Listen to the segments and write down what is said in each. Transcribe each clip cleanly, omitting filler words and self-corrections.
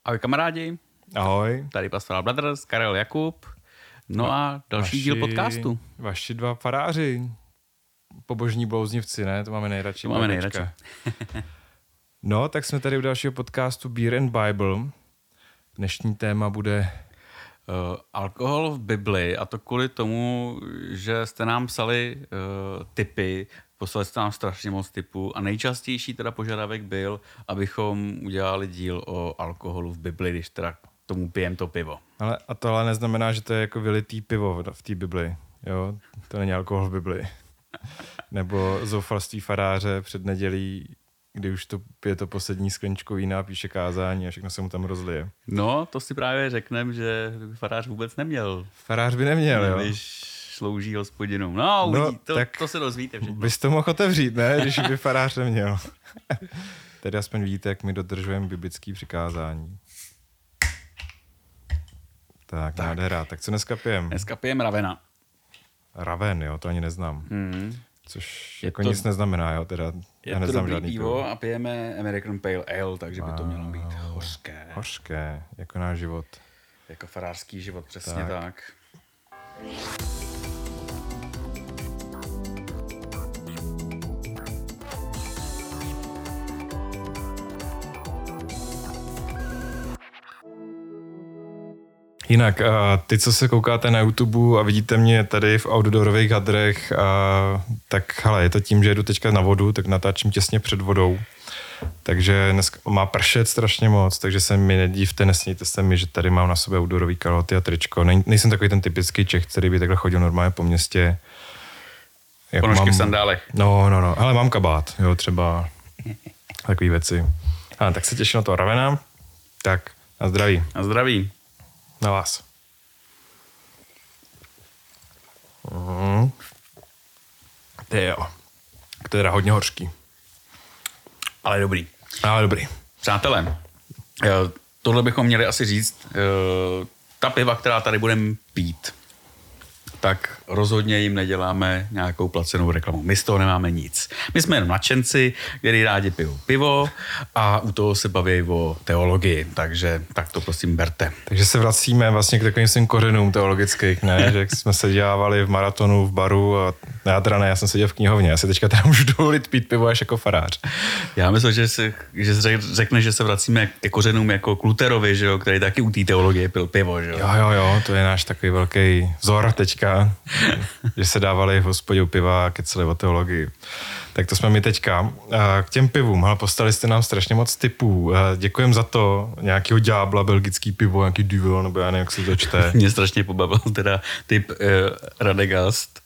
Ahoj kamarádi. Ahoj. Tady Pastoral Brothers, Karel, Jakub. No a další díl podcastu. Vaši dva faráři. Pobožní blouznivci, ne? To máme nejradši. To máme nejradši. No, tak jsme tady u dalšího podcastu Beer and Bible. Dnešní téma bude... alkohol v Bibli, a to kvůli tomu, že jste nám psali tipy, poslali jste nám strašně moc tipů a nejčastější teda požadavek byl, abychom udělali díl o alkoholu v Bibli, když teda tomu pijem to pivo. A to ale neznamená, že to je jako vylitý pivo v té Bibli. Jo? To není alkohol v Bibli. Nebo zoufalství faráře před nedělí, kdy už to pije to poslední skleničku vína a píše kázání a všechno se mu tam rozlije. No, to si právě řekneme, že farář vůbec neměl. Farář by neměl, jo. Když slouží hospodinu. No, to se dozvíte všechno. Bys to mohl otevřít, ne? Když by farář neměl. Tedy aspoň vidíte, jak my dodržujeme biblické přikázání. Tak, nádhera. Tak co dneska pijeme? Dneska pijeme Ravena. Raven, jo, to ani neznám. Což jako to, nic neznamená, jo, teda já neznám žádný pivo a pijeme American Pale Ale, takže by to mělo být hořké. Hořké, jako náš život. Jako farářský život, přesně tak. Jinak, ty, co se koukáte na YouTube a vidíte mě tady v outdoorových hadrech, tak hele, je to tím, že jedu teďka na vodu, tak natáčím těsně před vodou. Takže dneska má pršet strašně moc, takže se mi nedívte, nesmějte se mi, že tady mám na sobě outdoorový kalhoty a tričko. Nejsem takový ten typický Čech, který by takhle chodil normálně po městě. Ponožky v sandálech. No, ale mám kabát, jo, třeba takový věci. Tak se těším na toho Ravena. Tak, na zdraví. Na zdraví. Na vás. Ty jo. To je teda hodně hořký. Ale dobrý. Přátelé, tohle bychom měli asi říct. Ta piva, která tady budeme pít, tak rozhodně jim neděláme nějakou placenou reklamu. My z toho nemáme nic. My jsme jenom nadšenci, kteří rádi pijou pivo a u toho se baví o teologii, takže tak to prosím berte. Takže se vracíme vlastně k takovým svým kořenům teologických, ne? Že jsme se dělávali v maratonu, v baru a já jsem seděl v knihovně. Já si teďka teda můžu dovolit pít pivo až jako farář. Já myslím, že řekne, že se vracíme k kořenům jako k Lutherovi, že jo, který taky u té teologie pil pivo, že jo. Jo, to je náš takový velký vzor teďka, že se dávali v hospodě piva a kecali o teologii. Tak to jsme my teďka. K těm pivům, postali jste nám strašně moc tipů. Děkujem za to. Nějakýho ďábla, belgický pivo, nějaký Duvel, nebo já nevím, jak se to čte. Mě strašně pobavil teda typ Radegast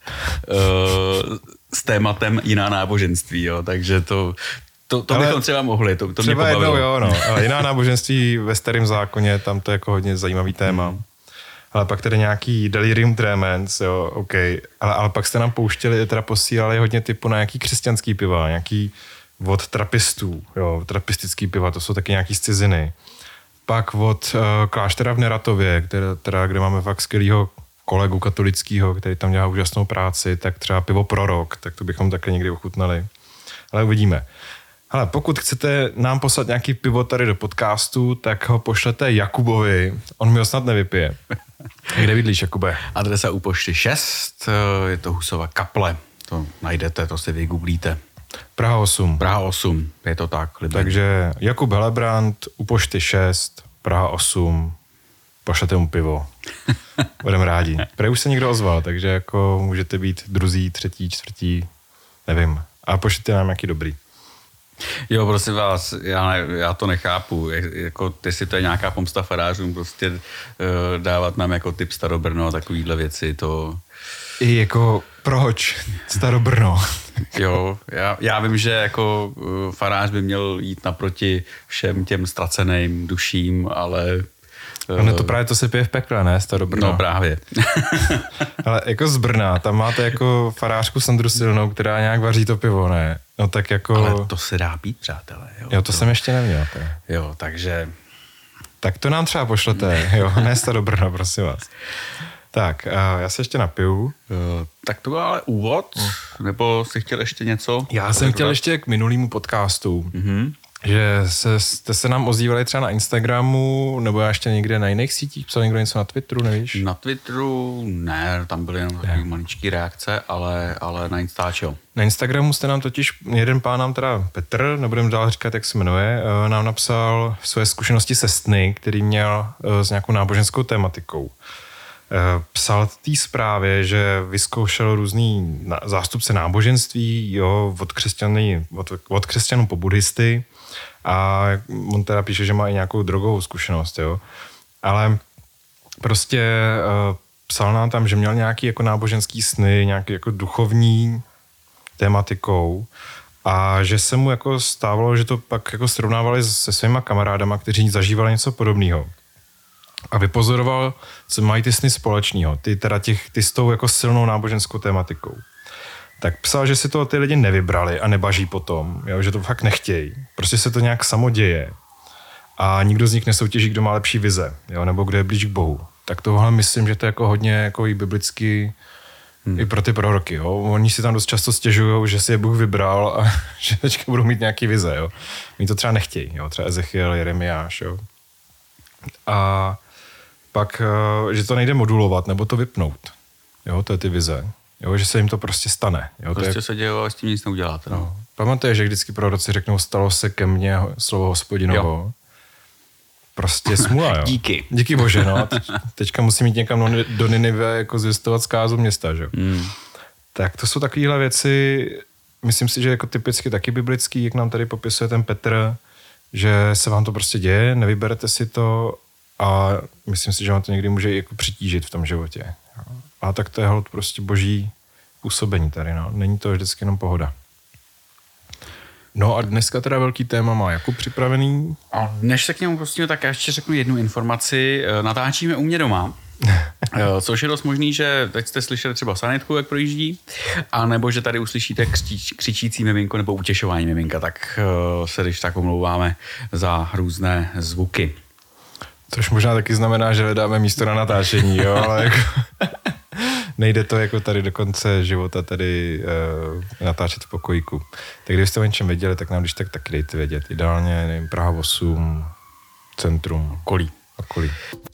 s tématem jiná náboženství, jo, takže to bychom třeba mohli, to mě pobavilo. Jednou, jo, no. Ale jiná náboženství ve Starém zákoně, tam to je jako hodně zajímavý téma. Ale pak tady nějaký delirium tremens, jo, OK. Ale pak jste nám posílali hodně typu na nějaký křesťanský piva, nějaký od trapistů, jo, trapistický piva, to jsou taky nějaký z ciziny. Pak od kláštera v Neratově, kde máme fakt skvělýho kolegu katolického, který tam dělá úžasnou práci, tak třeba pivo Prorok, tak to bychom taky někdy ochutnali. Ale uvidíme. Ale pokud chcete nám poslat nějaký pivo tady do podcastu, tak ho pošlete Jakubovi. On mi ho snad nevypije. Kde bydlíš, Jakube? Adresa u pošty 6, je to Husova kaple. To najdete, to si vygooglíte. Praha 8. Praha 8, je to tak. Liben. Takže Jakub Helebrant u pošty 6, Praha 8, pošlete mu pivo. Budeme rádi. Prej už se někdo ozval, takže jako můžete být druzí, třetí, čtvrtí, nevím. A pošlete nám nějaký dobrý. Jo, prosím vás, já to nechápu. Jako, jestli to je nějaká pomsta farářům, prostě dávat nám jako typ Starobrno a takovýhle věci, to... I jako proč Starobrno? Jo, já vím, že jako farář by měl jít naproti všem těm ztraceným duším, ale... No to právě to se pije v pekle, ne? Starobrno. No právě. Ale jako z Brna, tam máte jako farářku Sandru Silnou, která nějak vaří to pivo, ne? No tak jako... Ale to se dá pít, přátelé. Jo, to jsem ještě neměl. Teda. Jo, takže... Tak to nám třeba pošlete, jo, ne Starobrno, prosím vás. Tak, já se ještě napiju. Tak to byl ale úvod, nebo jsi chtěl ještě něco? Já jsem chtěl ještě k minulýmu podcastu. že jste se nám ozývali třeba na Instagramu, nebo ještě někde na jiných sítích, psal někdo něco na Twitteru, nevíš? Na Twitteru ne, tam byly jenom takové maličký reakce, ale na Instači jo. Na Instagramu jste nám totiž, jeden pán nám teda Petr, nebudeme dál říkat, jak se jmenuje, nám napsal své zkušenosti se sny, který měl s nějakou náboženskou tématikou. Psal v té zprávě, že vyzkoušel různý zástupce náboženství, jo, od křesťanů po buddhisty, a on teda píše, že má i nějakou drogovou zkušenost, jo. Ale prostě psal nám tam, že měl nějaký jako náboženský sny, nějaký jako duchovní tématikou a že se mu jako stávalo, že to pak jako srovnávali se svýma kamarádama, kteří zažívali něco podobného. A vypozoroval, co mají ty sny společného, ty s tou jako silnou náboženskou tématikou. Tak psal, že si to ty lidi nevybrali a nebaží potom, jo, že to fakt nechtějí. Prostě se to nějak samo děje. A nikdo z nich nesoutěží, kdo má lepší vize, jo, nebo kdo je blíž k Bohu. Tak tohle myslím, že to je jako hodně jako i biblicky i pro ty proroky. Jo. Oni si tam dost často stěžují, že si je Bůh vybral a že teďka budou mít nějaký vize. Jo. Oni to třeba nechtějí. Jo. Třeba Ezechiel, Jeremiáš. Jo. A pak, že to nejde modulovat nebo to vypnout. Jo, to je ty vize. Jo, že se jim to prostě stane. Jo, prostě se děje a s tím nic neuděláte. No. Pamatuješ, že vždycky proroci řeknou, stalo se ke mně slovo Hospodinovo. Jo. Prostě smůla, jo. Díky bože, no. Teďka musí mít někam do Ninive jako zvěstovat zkázu města, že jo. Tak to jsou takovéhle věci, myslím si, že jako typicky taky biblický, jak nám tady popisuje ten Petr, že se vám to prostě děje, nevyberete si to a myslím si, že vám to někdy může jako přitížit v tom životě. A tak to je holt prostě boží působení tady, no. Není to vždycky jenom pohoda. No a dneska teda velký téma má Jakub připravený. A než se k němu pustíme, tak já ještě řeknu jednu informaci. Natáčíme u mě doma, což je dost možný, že teď jste slyšeli třeba sanitku, jak projíždí, a nebo že tady uslyšíte křičící miminko nebo utěšování miminka, tak se když tak omlouváme za různé zvuky. Což možná taky znamená, že hledáme místo na natáčení, jo, ale jako nejde to jako tady do konce života tady natáčet v pokojíku. Tak kdybyste o něčem věděli, tak nám když tak taky dejte vědět. Ideálně, nevím, Praha 8, centrum, okolí.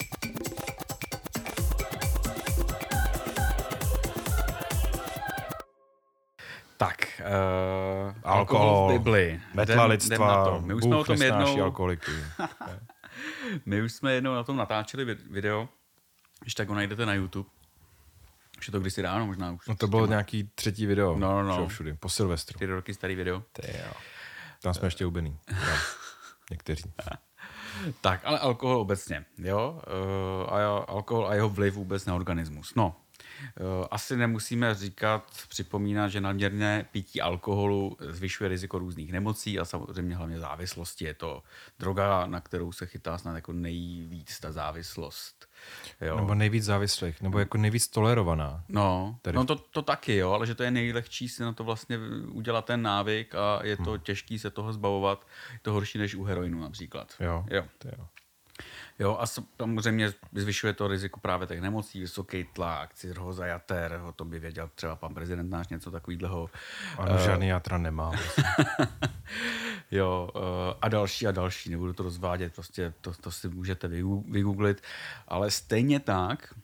Tak, alkohol v Bibli. Metla lidstva, my už jsme o tom jednou alkoholiky. My už jsme jednou na tom natáčeli video, když tak ho najdete na YouTube. Už je to kdysi ráno možná už. No to bylo nějaký 3. video. No. Všude, po Silvestru. 4 roky starý video. Tam jsme ještě hubený. Někteří. Tak, ale alkohol obecně, jo? Alkohol a jeho vliv vůbec na organismus. No, asi nemusíme připomínat, že nadměrné pití alkoholu zvyšuje riziko různých nemocí a samozřejmě hlavně závislosti. Je to droga, na kterou se chytá snad jako nejvíc ta závislost. Jo. Nebo nejvíc závislých, nebo jako nejvíc tolerovaná. No to taky, jo, ale že to je nejlehčí si na to vlastně udělat ten návyk a je to těžký se toho zbavovat. Je to horší než u heroinu například. Jo. Jo, a samozřejmě zvyšuje to riziko právě těch nemocí, vysoký tlak, cirhóza jater, o tom by věděl třeba pan prezident náš něco takového. Ano, žádný játra nemá. Jo, a další, nebudu to rozvádět, prostě to si můžete vygooglit, ale stejně tak,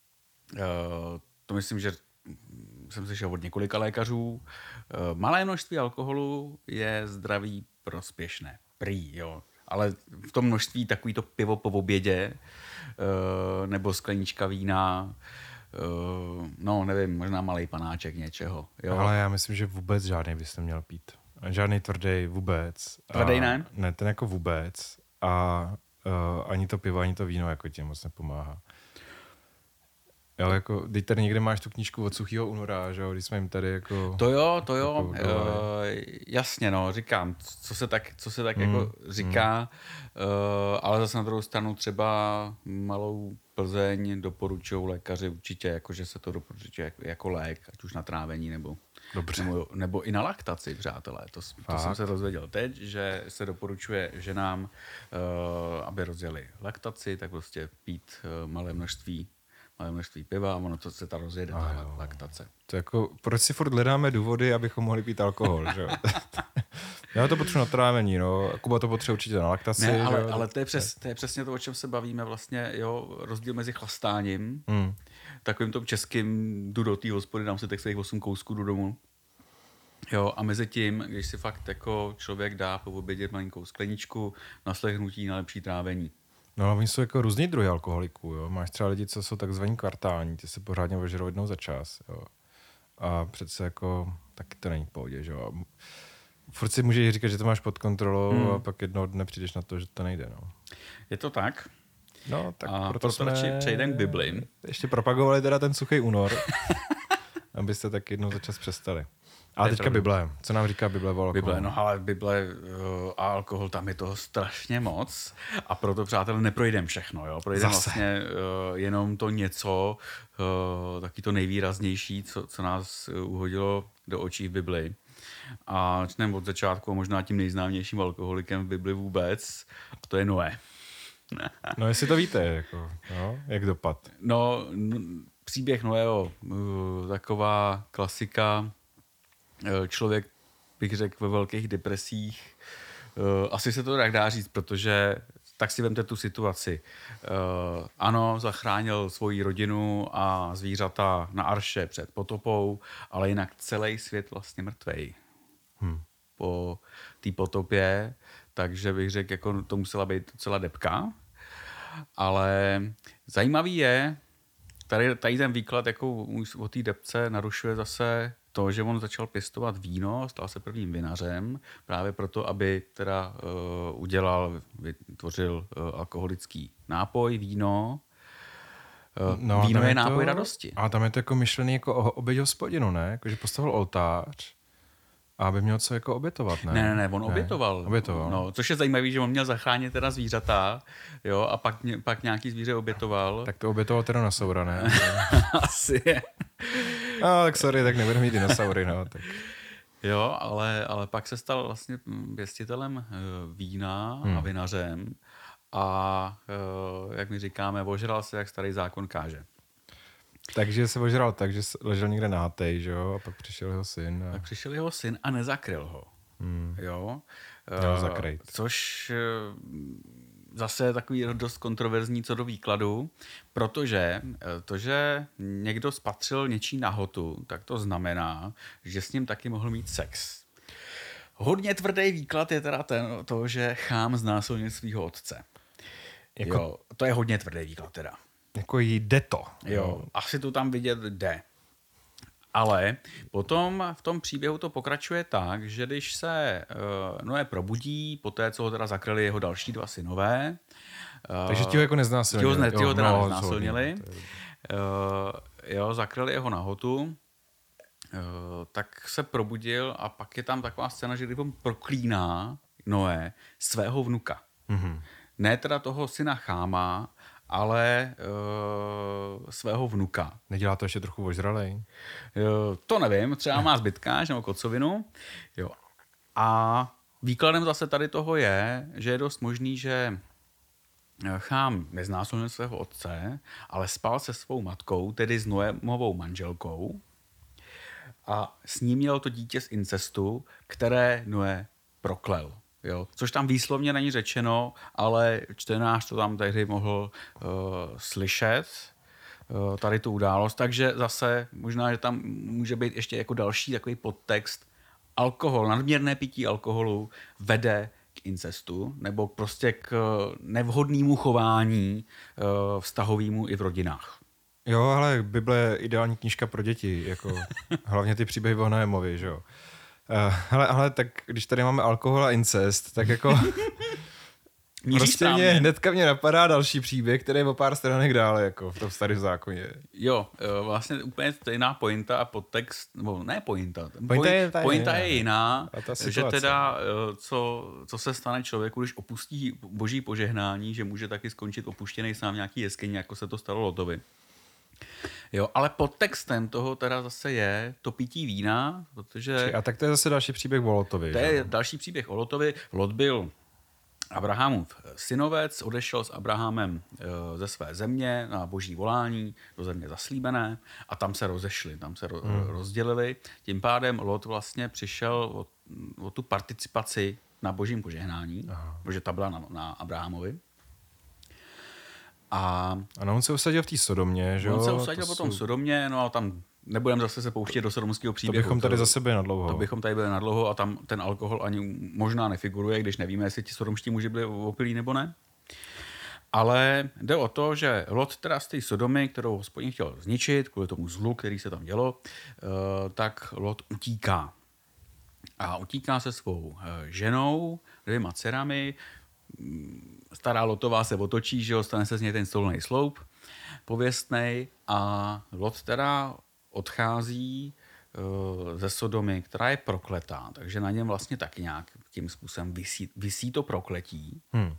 to myslím, že jsem slyšel od několika lékařů, malé množství alkoholu je zdraví prospěšné, prý, jo. Ale v tom množství takový to pivo po obědě, nebo sklenička vína, no nevím, možná malej panáček něčeho. Jo. Ale já myslím, že vůbec žádný byste měl pít. Žádný tvrdý vůbec. Tvrdý ne? Ne, ten jako vůbec. A ani to pivo, ani to víno jako tě moc nepomáhá. Jo, jako, teď tady někde máš tu knížku od Suchýho února, že jo, když jsme jim tady jako... To jo, jasně, no, říkám, co se tak jako říká, ale zase na druhou stranu třeba Malou Plzeň doporučují lékaři určitě, jako, že se to doporučuje jako lék, ať už na trávení nebo i na laktaci, přátelé. To jsem se dozvěděl teď, že se doporučuje ženám, aby rozjeli laktaci, tak prostě pít malé množství malé množství piva a ono to se ta rozjede, ta laktace. To jako, proč si furt hledáme důvody, abychom mohli pít alkohol, že jo? Já to potřebuji na trávení, no. Kuba to potřebuje určitě na laktaci. Ne, ale to je přesně to, o čem se bavíme vlastně, jo, rozdíl mezi chlastáním, takovým tom českým, jdu do té hospody, dám si těch svých 8 kousků, jdu domů. Jo, a mezi tím, když si fakt jako člověk dá po obědě malinkou skleničku, naslechnutí na lepší trávení. No ale oni jsou jako různý druhy alkoholiků, jo. Máš třeba lidi, co jsou takzvaní kvartální, ty se pořádně ožerou jednou za čas, jo. A přece jako taky to není v pohodě, že jo. Furt si můžeš říkat, že to máš pod kontrolou a pak jednoho dne přijdeš na to, že to nejde, no. Je to tak? No, tak a proto jsme přejdeme k Bibli. Ještě propagovali teda ten suchý únor, abyste tak jednou za čas přestali. A teďka Bible. Co nám říká Bible o alkoholu? Bible, no ale Bible a alkohol, tam je toho strašně moc a proto, přátelé, neprojdeme všechno, jo. Projdeme vlastně jenom to něco, taky to nejvýraznější, co nás uhodilo do očí v Bibli. A začneme od začátku, možná tím nejznámějším alkoholikem v Bibli vůbec, a to je Noé. No jestli to víte, jako, no, jak dopad. No, příběh Noého, taková klasika, člověk, bych řekl, ve velkých depresích. Asi se to tak dá říct, protože tak si vemte tu situaci. Ano, zachránil svoji rodinu a zvířata na Arše před potopou, ale jinak celý svět vlastně mrtvej po té potopě, takže bych řekl, jako to musela být docela depka. Ale zajímavý je, tady ten výklad jako o té depce narušuje zase to, že on začal pěstovat víno, stal se prvním vinařem, právě proto, aby teda vytvořil alkoholický nápoj, víno. No, víno je nápoj radosti. A tam je to jako myšlený jako oběť hospodinu, ne? Jako, že postavil oltář a aby měl co jako obětovat, ne? Ne, on obětoval. No, což je zajímavé, že on měl zachránit teda zvířata, jo, a pak nějaký zvíře obětoval. Tak to obětoval teda dinosaura, ne? Asi je. No, tak sorry, tak nebudu mít dinosaury, no. Tak. Jo, ale pak se stal vlastně pěstitelem vína a vinařem a jak my říkáme, ožral se, jak starý zákon káže. Takže se ožral tak, že ležel někde nahátej, že jo, a pak přišel jeho syn. Tak přišel jeho syn a nezakryl ho. Jo. Zakrýt. Což zase je takový dost kontroverzní co do výkladu, protože to, že někdo spatřil něčí nahotu, tak to znamená, že s ním taky mohl mít sex. Hodně tvrdý výklad je teda to, že Chám znásilnil svého otce. Jako, jo, to je hodně tvrdý výklad teda. Jako jde to. Jo, asi to tam vidět jde. Ale potom v tom příběhu to pokračuje tak, že když se Noé probudí, poté, co ho teda zakryli jeho další 2 synové. Takže ti ho jako neznásilnili. Ti ho teda neznásilnili. Zakryli jeho nahotu. Tak se probudil a pak je tam taková scéna, že on proklíná Noé svého vnuka. Mm-hmm. Ne teda toho syna Cháma, ale svého vnuka. Nedělá to ještě trochu ožralej? To nevím, třeba má zbytkář nebo kocovinu. Jo. A výkladem zase tady toho je, že je dost možný, že Chám neznásilnil svého otce, ale spal se svou matkou, tedy s Noémovou manželkou, a s ním měl to dítě z incestu, které Noé proklel. Jo, což tam výslovně není řečeno, ale čtenář to tam tehdy mohl slyšet, tady tu událost, takže zase možná, že tam může být ještě jako další takový podtext. Alkohol, nadměrné pití alkoholu vede k incestu nebo prostě k nevhodnému chování vztahovému i v rodinách. Jo, ale Bible je ideální knížka pro děti, jako hlavně ty příběhy o Noémovi, že jo. Ale tak když tady máme alkohol a incest, tak jako prostě hnedka mě napadá další příběh, který je o pár stránek dále, jako v tom starém zákoně. Jo, vlastně úplně stejná pointa a podtext, nebo ne pointa. Pointa je jiná, že teda co se stane člověku, když opustí boží požehnání, že může taky skončit opuštěný sám nějaký jeskyni, jako se to stalo Lotovi. Jo, ale podtextem toho teda zase je to pití vína, protože... A tak to je zase další příběh o Lotovi. To je další příběh o Lotovi. Lot byl Abrahamův synovec odešel s Abrahamem ze své země na boží volání do země zaslíbené a tam se rozešli, tam se rozdělili. Tím pádem Lot vlastně přišel o tu participaci na božím požehnání, protože ta byla na Abrahamovi. A on se usadil v té Sodomě, že jo? On se usadil potom v Sodomě, no a tam nebudeme zase se pouštět do sodomského příběhu. To bychom tady zase byli nadlouho. To bychom tady byli nadlouho a tam ten alkohol ani možná nefiguruje, když nevíme, jestli ti sodomští muži byli opilí nebo ne. Ale jde o to, že Lot teda z té Sodomy, kterou Hospodin chtěl zničit, kvůli tomu zlu, který se tam dělo, tak Lot utíká. A utíká se svou ženou, 2 dcerami. Stará Lotová se otočí, že stane se z něj ten stolnej sloup pověstnej a Lot teda odchází ze Sodomy, která je prokletá, takže na něm vlastně taky nějakým způsobem visí to prokletí.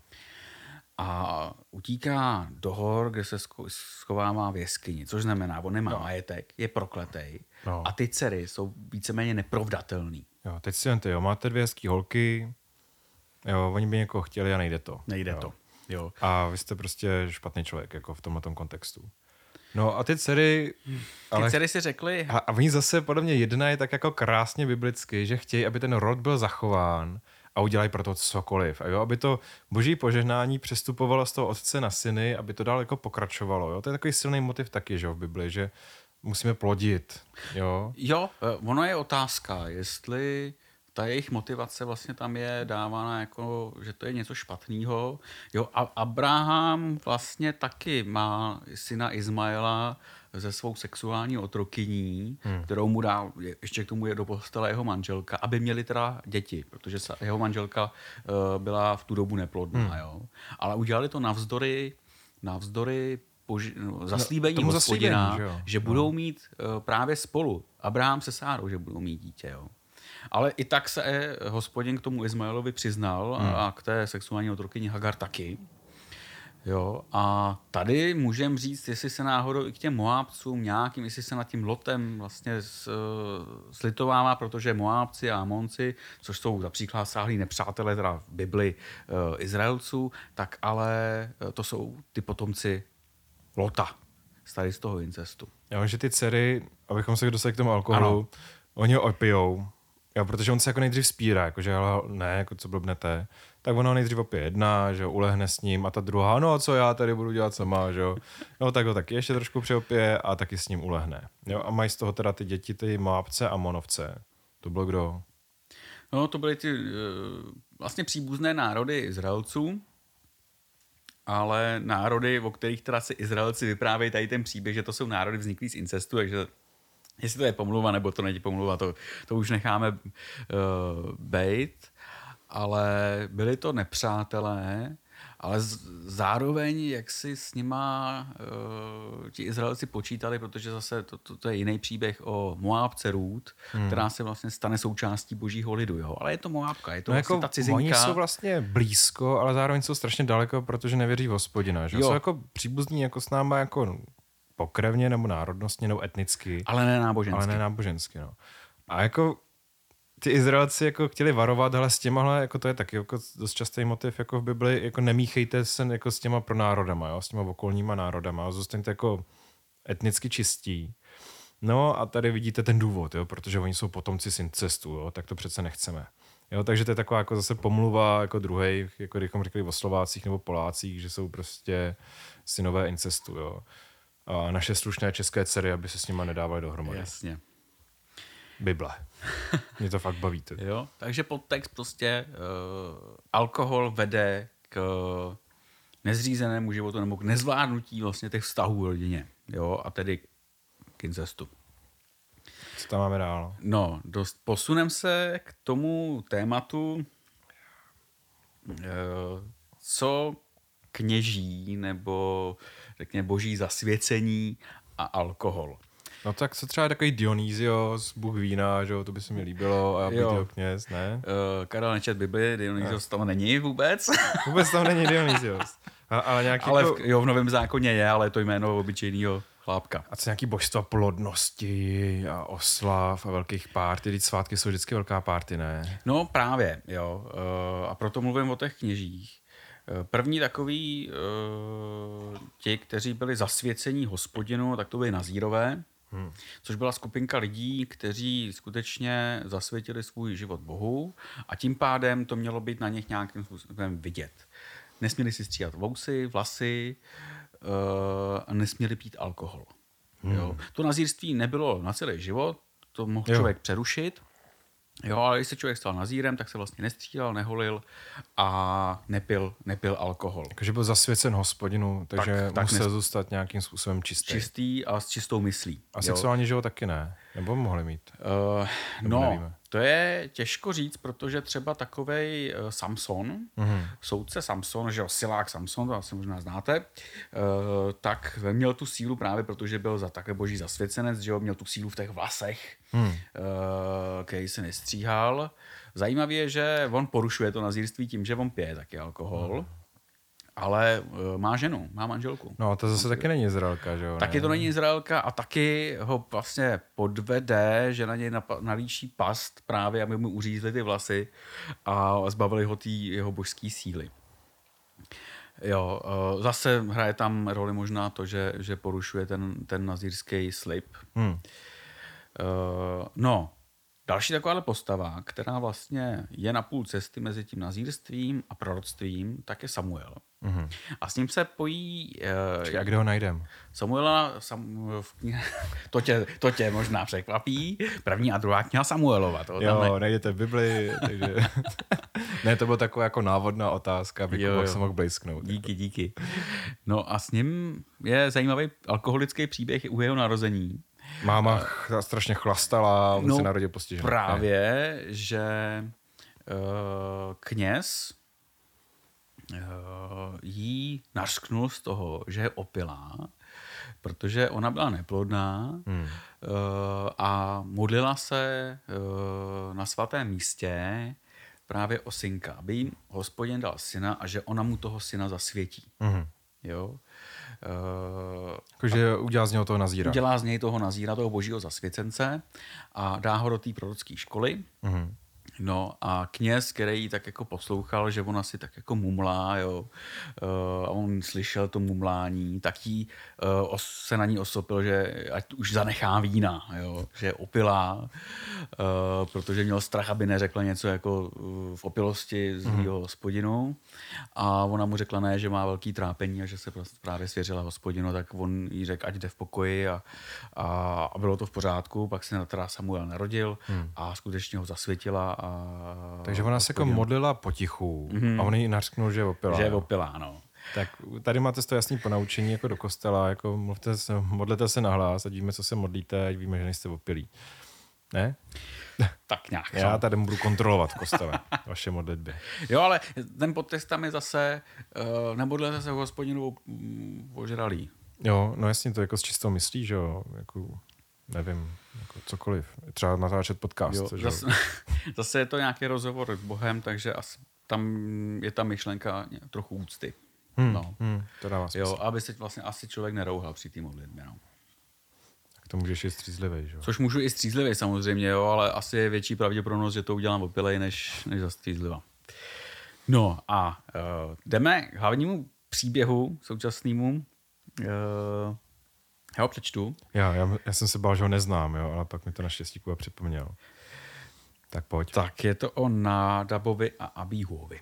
A utíká do hor, kde se schovává v jeskyni, což znamená, on nemá majetek, je prokletej a ty dcery jsou víceméně neprovdatelný. Jo, teď si jen máte 2 hezký holky, jo, oni by někoho chtěli a nejde to. Nejde to, jo. A vy jste prostě špatný člověk, jako v tomhletom kontextu. No a ty dcery... Ty dcery si řekli... A oni zase podle mě jednají tak jako krásně biblicky, že chtějí, aby ten rod byl zachován a udělají pro to cokoliv. A jo, aby to boží požehnání přestupovalo z toho otce na syny, aby to dál jako pokračovalo. Jo? To je takový silný motiv taky, že v Bibli, že musíme plodit. Jo, ono je otázka, jestli ta jejich motivace vlastně tam je dávána jako, že to je něco špatného. Jo, a Abraham vlastně taky má syna Izmaela ze svou sexuální otrokyní, kterou mu dá, ještě k tomu je do postele jeho manželka, aby měli teda děti, protože jeho manželka byla v tu dobu neplodná. Jo. Ale udělali to navzdory zaslíbení Hospodina, že budou mít právě spolu, Abraham se Sárou, že budou mít dítě. Jo. Ale i tak se Hospodin k tomu Izmaelovi přiznal a k té sexuální otrokyni Hagar taky. Jo, a tady můžeme říct, jestli se náhodou i k těm Moábcům nějakým, jestli se nad tím Lotem vlastně slitovává, protože Moábci a Amonci, což jsou například sáhlí nepřátelé teda v Bibli Izraelců, tak ale to jsou ty potomci Lota, tady z toho incestu. Já vím, že ty dcery, abychom se dostali k tomu alkoholu, oni ho opijou. Jo, protože on se jako nejdřív spírá, jakože ne, jako co blbnete, tak ona nejdřív opije jedna, že jo, ulehne s ním a ta druhá, no a co já tady budu dělat sama, že jo. No tak ho taky ještě trošku přeopije a taky s ním ulehne. Jo, a mají z toho teda ty děti, ty Moabce a Monovce. To bylo kdo? No, to byly ty vlastně příbuzné národy Izraelců, ale národy, o kterých teda si Izraelci vyprávějí tady ten příběh, že to jsou národy vzniklý z incestu, takže jestli to je pomluva, nebo to není pomluva, to už necháme bejt, ale byli to nepřátelé, ale zároveň jak si s nima ti Izraelci počítali, protože zase to je jiný příběh o Moábce Rút, která se vlastně stane součástí božího lidu. Jo? Ale je to Moábka, je to vlastně ta cizinka. Oni jsou vlastně blízko, ale zároveň jsou strašně daleko, protože nevěří v Hospodina. Že? Jsou jako příbuzní jako s náma jako pokrevně nebo národnostně nebo etnicky. Ale ne nábožensky. No. A jako ty Izraelci jako chtěli varovat, ale s těmahle, jako to je taky jako dost častý motiv jako v Bibli, jako nemíchejte se jako s těma pronárodama, jo, s těma okolníma národama, zůstaňte jako etnicky čistí. No a tady vidíte ten důvod, jo, protože oni jsou potomci z incestu, jo, tak to přece nechceme. Jo, takže to je taková jako zase pomluva jako druhej, jako kdybychom řekli o Slovácích nebo Polácích, že jsou prostě synové incestu, jo. A naše slušné české dcery, aby se s nima nedávali dohromady. Jasně. Bible. Mě to fakt baví. Jo, takže podtext prostě alkohol vede k nezřízenému životu nebo k nezvládnutí vlastně těch vztahů v rodině. Jo, a tedy k incestu. Co tam máme dál? No, posunem se k tomu tématu, co kněží nebo řekněme boží zasvěcení a alkohol. No tak co třeba takový Dionysios, bůh vína, že jo, to by se mi líbilo a být jeho kněz, ne? Karel nečet Bibli, Dionysios tam není vůbec. Vůbec tam není Dionysios. Ale nějaký ale v Novém zákoně je, ale je to jméno obyčejného chlápka. A co nějaký božstva plodnosti a oslav a velkých párty, teď svátky jsou vždycky velká párty, ne? No právě, jo. A proto mluvím o těch kněžích. První takový ti, kteří byli zasvěcení Hospodinu, tak to byli nazírové, což byla skupinka lidí, kteří skutečně zasvětili svůj život Bohu a tím pádem to mělo být na nich nějakým způsobem vidět. Nesměli si stříhat vousy, vlasy a nesměli pít alkohol. Jo. To nazírství nebylo na celý život, to mohl člověk přerušit. Jo, ale když se člověk stal nazírem, tak se vlastně nestřídal, neholil a nepil alkohol. Jakože byl zasvěcen Hospodinu, takže tak musel zůstat nějakým způsobem čistý. Čistý a s čistou myslí. A sexuální život taky ne? Nebo mohli mít? Nevíme. To je těžko říct, protože třeba takovej Samson, soudce Samson, že jo, silák Samson, to asi možná znáte, tak měl tu sílu právě, protože byl za také boží zasvěcenec, že jo, měl tu sílu v těch vlasech, který se nestříhal. Zajímavé je, že on porušuje to nazírství tím, že on pije taky alkohol, ale má ženu, má manželku. No, to zase taky není Izraelka, že jo? Taky to není Izraelka a taky ho vlastně podvede, že na něj nalíčí past právě, aby mu uřízli ty vlasy a zbavili ho té jeho božské síly. Jo, zase hraje tam roli možná to, že porušuje ten nazírský slib. No, další takováhle postava, která vlastně je na půl cesty mezi tím nazírstvím a proroctvím, tak je Samuel. A s ním se pojí... A kde ho najdem? Samuela, to tě možná překvapí. První a druhá kniha Samuelova. Jo, najdete v Bibli. Takže... Ne, to byla taková jako návodná otázka, abych se mohl blejsknout. Díky. No a s ním je zajímavý alkoholický příběh u jeho narození. Máma strašně chlastala, on se narodil postižený. Právě, že kněz jí nařknul z toho, že je opilá, protože ona byla neplodná a modlila se na svatém místě právě o synka, aby jim Hospodin dal syna a že ona mu toho syna zasvětí. Jo? Jakože udělá z něho toho nazíra. Udělá z něj toho nazíra, toho božího zasvěcence a dá ho do té prorocké školy. No a kněz, který ji tak jako poslouchal, že ona si tak jako mumlá, jo, a on slyšel to mumlání, tak jí se na ní osopil, že ať už zanechá vína, jo, že je opilá, protože měl strach, aby neřekla něco jako v opilosti z jeho Hospodinu. A ona mu řekla ne, že má velký trápení a že se právě svěřila Hospodinu, tak on jí řekl, ať jde v pokoji a bylo to v pořádku. Pak se teda Samuel narodil a skutečně ho zasvětila. Takže ona se jako modlila potichu a on jí nařknul, že je opilá. Že je opilá, no. Tak tady máte to jasné ponaučení jako do kostela, jako modlete se nahlas, ať víme, co se modlíte, ať víme, že nejste opilí. Ne? Tak nějak. Já tady budu kontrolovat v kostele, vaše modlitby. Jo, ale ten podtext tam je zase nemodlete se Hospodinu ožralý. Jo, no jasně, to jako s čistou myslí, že jo, jako nevím, jako cokoliv. Třeba natáčet podcast. Jo, zase je to nějaký rozhovor s Bohem, takže tam je ta myšlenka trochu úcty. To dává smysl. Jo, aby se vlastně asi člověk nerouhal při té modlitbě. No. Tak to můžeš i střízlivý, že jo? Což můžu i střízlivý samozřejmě, jo, ale asi je větší pravděpodobnost, že to udělám opilej, než za střízliva. No a jdeme k hlavnímu příběhu současnému. Já ho přečtu. Já jsem se bál, že ho neznám, jo, ale pak mi to naštěstí Kuba připomněl. Tak pojď. Tak je to o Nádabovi a Abíhuovi.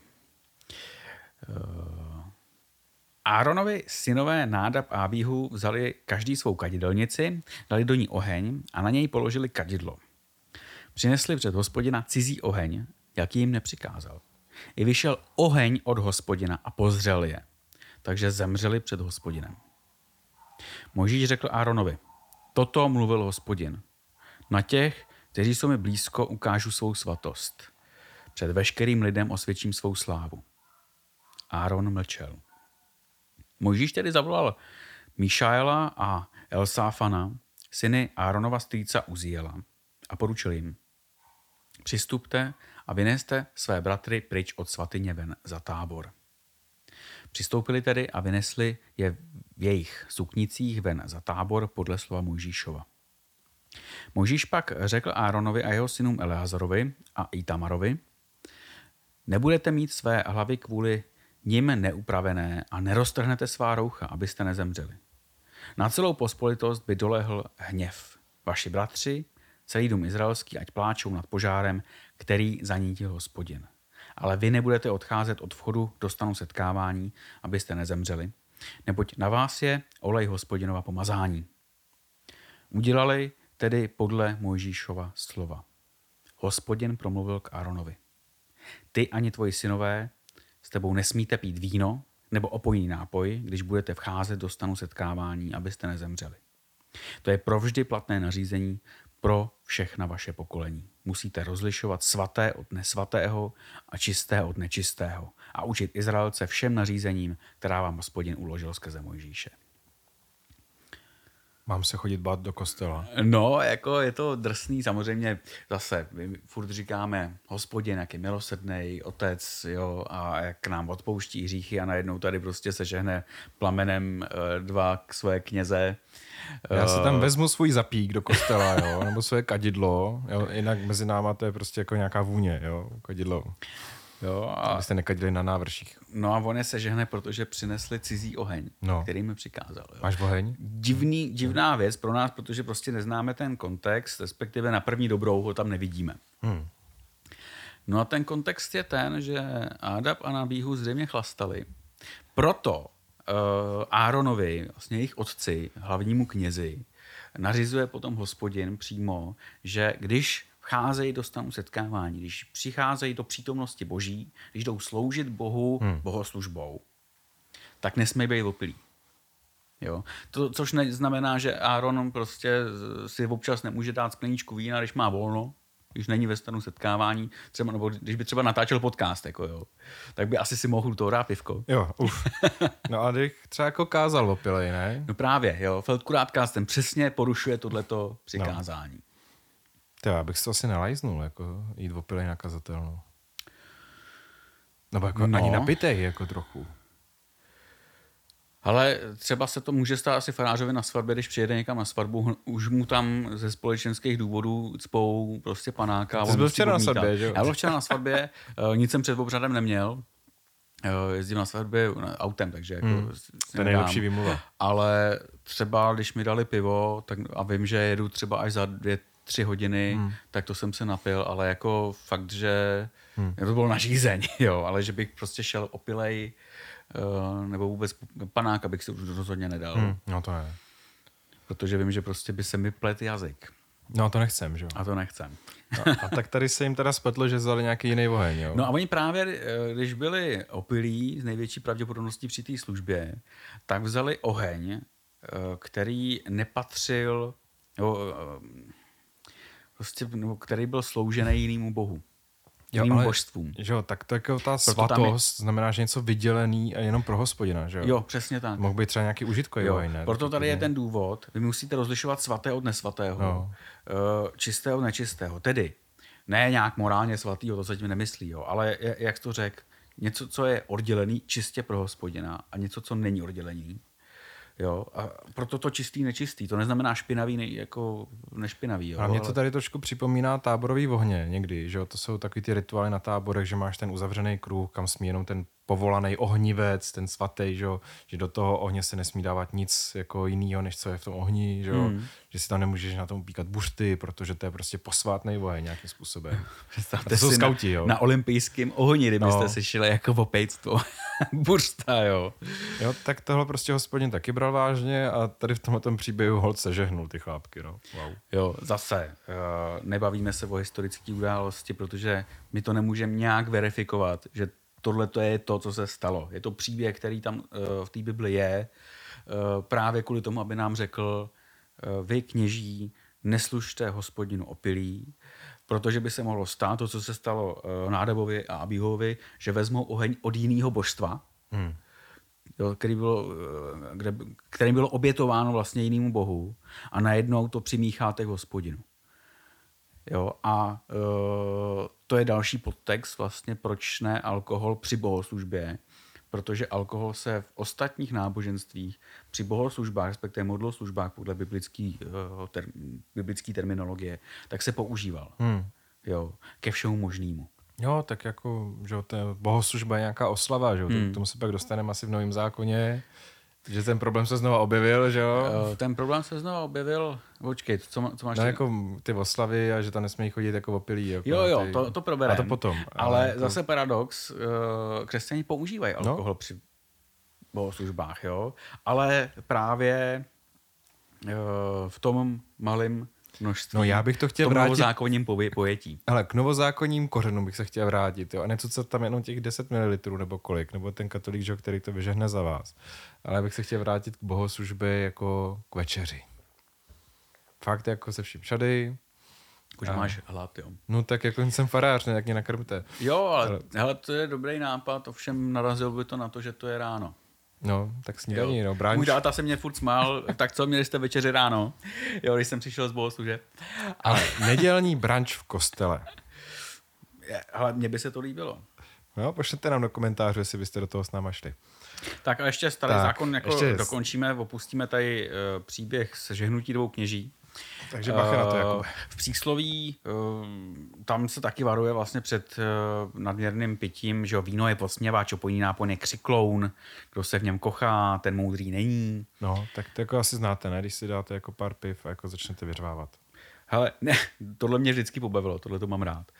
Áronovi synové Nádab a Abíhu vzali každý svou kadidelnici, dali do ní oheň a na něj položili kadidlo. Přinesli před Hospodina cizí oheň, jaký jim nepřikázal. I vyšel oheň od Hospodina a pozřel je, takže zemřeli před Hospodinem. Mojžíš řekl Áronovi, toto mluvil Hospodin. Na těch, kteří jsou mi blízko, ukážu svou svatost. Před veškerým lidem osvědčím svou slávu. Áron mlčel. Mojžíš tedy zavolal Míšaela a Elsáfana, syny Áronova strýca Uziela, a poručil jim. Přistupte a vyneste své bratry pryč od svatyně ven za tábor. Přistoupili tedy a vynesli je v jejich suknicích ven za tábor podle slova Mojžíšova. Mojžíš pak řekl Áronovi a jeho synům Eleazarovi a Itamarovi, nebudete mít své hlavy kvůli ním neupravené a neroztrhnete svá roucha, abyste nezemřeli. Na celou pospolitost by dolehl hněv. Vaši bratři, celý dům izraelský, ať pláčou nad požárem, který zanítil Hospodin. Ale vy nebudete odcházet od vchodu do stanu setkávání, abyste nezemřeli, neboť na vás je olej Hospodinova pomazání. Udělali tedy podle Mojžíšova slova. Hospodin promluvil k Áronovi. Ty ani tvoji synové s tebou nesmíte pít víno nebo opojný nápoj, když budete vcházet do stanu setkávání, abyste nezemřeli. To je provždy platné nařízení pro všechna vaše pokolení. Musíte rozlišovat svaté od nesvatého a čisté od nečistého a učit Izraelce všem nařízením, která vám Hospodin uložil skrze Mojžíše. Mám se chodit bát do kostela. No, jako je to drsný, samozřejmě zase, my furt říkáme Hospodin, jak je milosrdnej, otec, jo, a jak nám odpouští hříchy a najednou tady prostě se žehne plamenem dva své kněze. Já si tam vezmu svůj zapík do kostela, jo, nebo své kadidlo, jo, jinak mezi náma to je prostě jako nějaká vůně, jo, kadidlo. Jo, abyste nekadili na návrších. No a on je sežehne, protože přinesli cizí oheň, který mi přikázal. Jo. Máš oheň? Divná věc pro nás, protože prostě neznáme ten kontext, respektive na první dobrou ho tam nevidíme. No a ten kontext je ten, že Ádab a Nabíhu zřejmě chlastali. Proto Áronovi, vlastně jejich otci, hlavnímu knězi, nařizuje potom Hospodin přímo, že když vcházejí do stanu setkávání, když přicházejí do přítomnosti Boží, když jdou sloužit Bohu bohoslužbou, tak nesmí být opilí. Jo? Což neznamená, že Áron prostě si občas nemůže dát skleničku vína, když má volno, když není ve stanu setkávání, třeba, nebo když by třeba natáčel podcast, jako jo, tak by asi si mohl to dát pivko. Jo, No a když třeba jako kázal opilej, ne? No právě, jo, Feldkurát ten přesně porušuje tohleto přikázání. Já bych si to asi nelajznul, jako jít opilej na kazatelnou. Nebo jako ani napitej, jako trochu. Ale třeba se to může stát asi farářovi na svatbě, když přijede někam na svatbu, už mu tam ze společenských důvodů cpou prostě panáka. Ty jsi byl včera na svatbě, že jo? Já byl včera na svatbě, nic jsem před obřadem neměl. Jezdím na svatbě autem, takže jako to je nejlepší výmluva. Ale třeba, když mi dali pivo, tak, a vím, že jedu třeba až za 2-3 hodiny, tak to jsem se napil, ale jako fakt, že to bylo na žízeň, jo, ale že bych prostě šel opilej, nebo vůbec panáka bych si už rozhodně nedal. No to ne. Protože vím, že prostě by se mi plet jazyk. No to nechcem, že jo? A to nechcem. A tak tady se jim teda spletlo, že vzali nějaký jiný oheň, jo? No a oni právě, když byli opilí z největší pravděpodobností při té službě, tak vzali oheň, který nepatřil, prostě, který byl sloužený jinému bohu. Jiným božstvům. Jo, tak to jako ta svatost znamená, že něco vydělený a jenom pro Hospodina, že jo? Jo, přesně tak. Mohl být třeba nějaký užitkový oheň, ne? Proto tady je ten důvod, vy musíte rozlišovat svaté od nesvatého, čistého od nečistého. Tedy ne nějak morálně svatýho, to se tím nemyslí, jo, ale jak to řekl, něco, co je oddělený čistě pro Hospodina a něco, co není oddělený. Jo, a proto to čistý, nečistý. To neznamená špinavý jako nešpinavý. Jo, a mě to tady trošku připomíná táborový ohně někdy, že jo? To jsou takový ty rituály na táborech, že máš ten uzavřený kruh, kam smí jenom ten povolaný ohnivec, ten svatý, že jo? Že do toho ohně se nesmí dávat nic jako jinýho, než co je v tom ohni, že jo? Že si tam nemůžeš na tom upíkat buřty, protože to je prostě posvátný oheň nějakým způsobem. Představte si skauti, jo? Na olympijském ohni, kdybyste si šli jako opejctvo. Buřta, jo. Jo, tak tohle prostě Hospodin taky bral vážně a tady v tomhle příběhu holt sežehnul ty chlápky, no. Wow. Jo, zase, nebavíme se o historické události, protože my to nemůžeme nějak verifikovat, že tohle to je to, co se stalo. Je to příběh, který tam v té Bibli je, právě kvůli tomu, aby nám řekl, vy kněží, neslužte Hospodinu opilí, protože by se mohlo stát to, co se stalo Nádabovi a Abíhovi, že vezmou oheň od jiného božstva, jo, který bylo obětováno vlastně jinému bohu a najednou to přimícháte k Hospodinu. Jo, a to je další podtext vlastně, proč ne alkohol při bohoslužbě, protože alkohol se v ostatních náboženstvích při bohoslužbách, respektive modloslužbách podle biblické terminologie, tak se používal. Jo, ke všemu možnému. Jo, tak jako, že jo, to je bohoslužba je nějaká oslava, že jo, k tomu se pak dostaneme asi v Novém zákoně, že ten problém se znova objevil, že jo? Ten problém se znovu objevil, počkej, co máš? No jako ty oslavy a že tam nesmějí chodit jako opilí. Jako Jo, ty... to probereme. A to potom. Ale jako... zase paradox, křesťané používají alkohol při bohoslužbách, jo, ale právě v tom malém množství. No já bych to chtěl vrátit. Novozákonním pojetí. Ale k novozákonním kořenům bych se chtěl vrátit, jo, a necucat tam jenom těch 10 ml nebo kolik, nebo ten katolík, že, který to vyžehne za vás. Ale bych se chtěl vrátit k bohoslužbě jako k večeři. Fakt jako se vším všady. Už máš hlad, jo. No tak jako jsem farář, ne, jak mě nakrmte. Jo, ale hele, to je dobrý nápad, ovšem narazil by to na to, že to je ráno. No, tak snídaní, no, bránč. Můj táta se mě furt smál, tak co, měli jste večeři ráno? Jo, když jsem přišel z bohoslužeb. Ale nedělní branč v kostele. Ale mně by se to líbilo. No, pošlete nám do komentářů, jestli byste do toho s náma šli. Tak a ještě starý zákon jako ještě dokončíme, opustíme tady příběh se žehnutí dvou kněží. Takže bacha na to, Jakube. V přísloví tam se taky varuje vlastně před nadměrným pitím, že víno je podsměvač, opojný nápoj je křikloun, kdo se v něm kochá, ten moudrý není. No, tak to jako asi znáte, ne? Když si dáte jako pár piv a jako začnete vyřvávat. Hele, ne, tohle mě vždycky pobavilo, tohle to mám rád.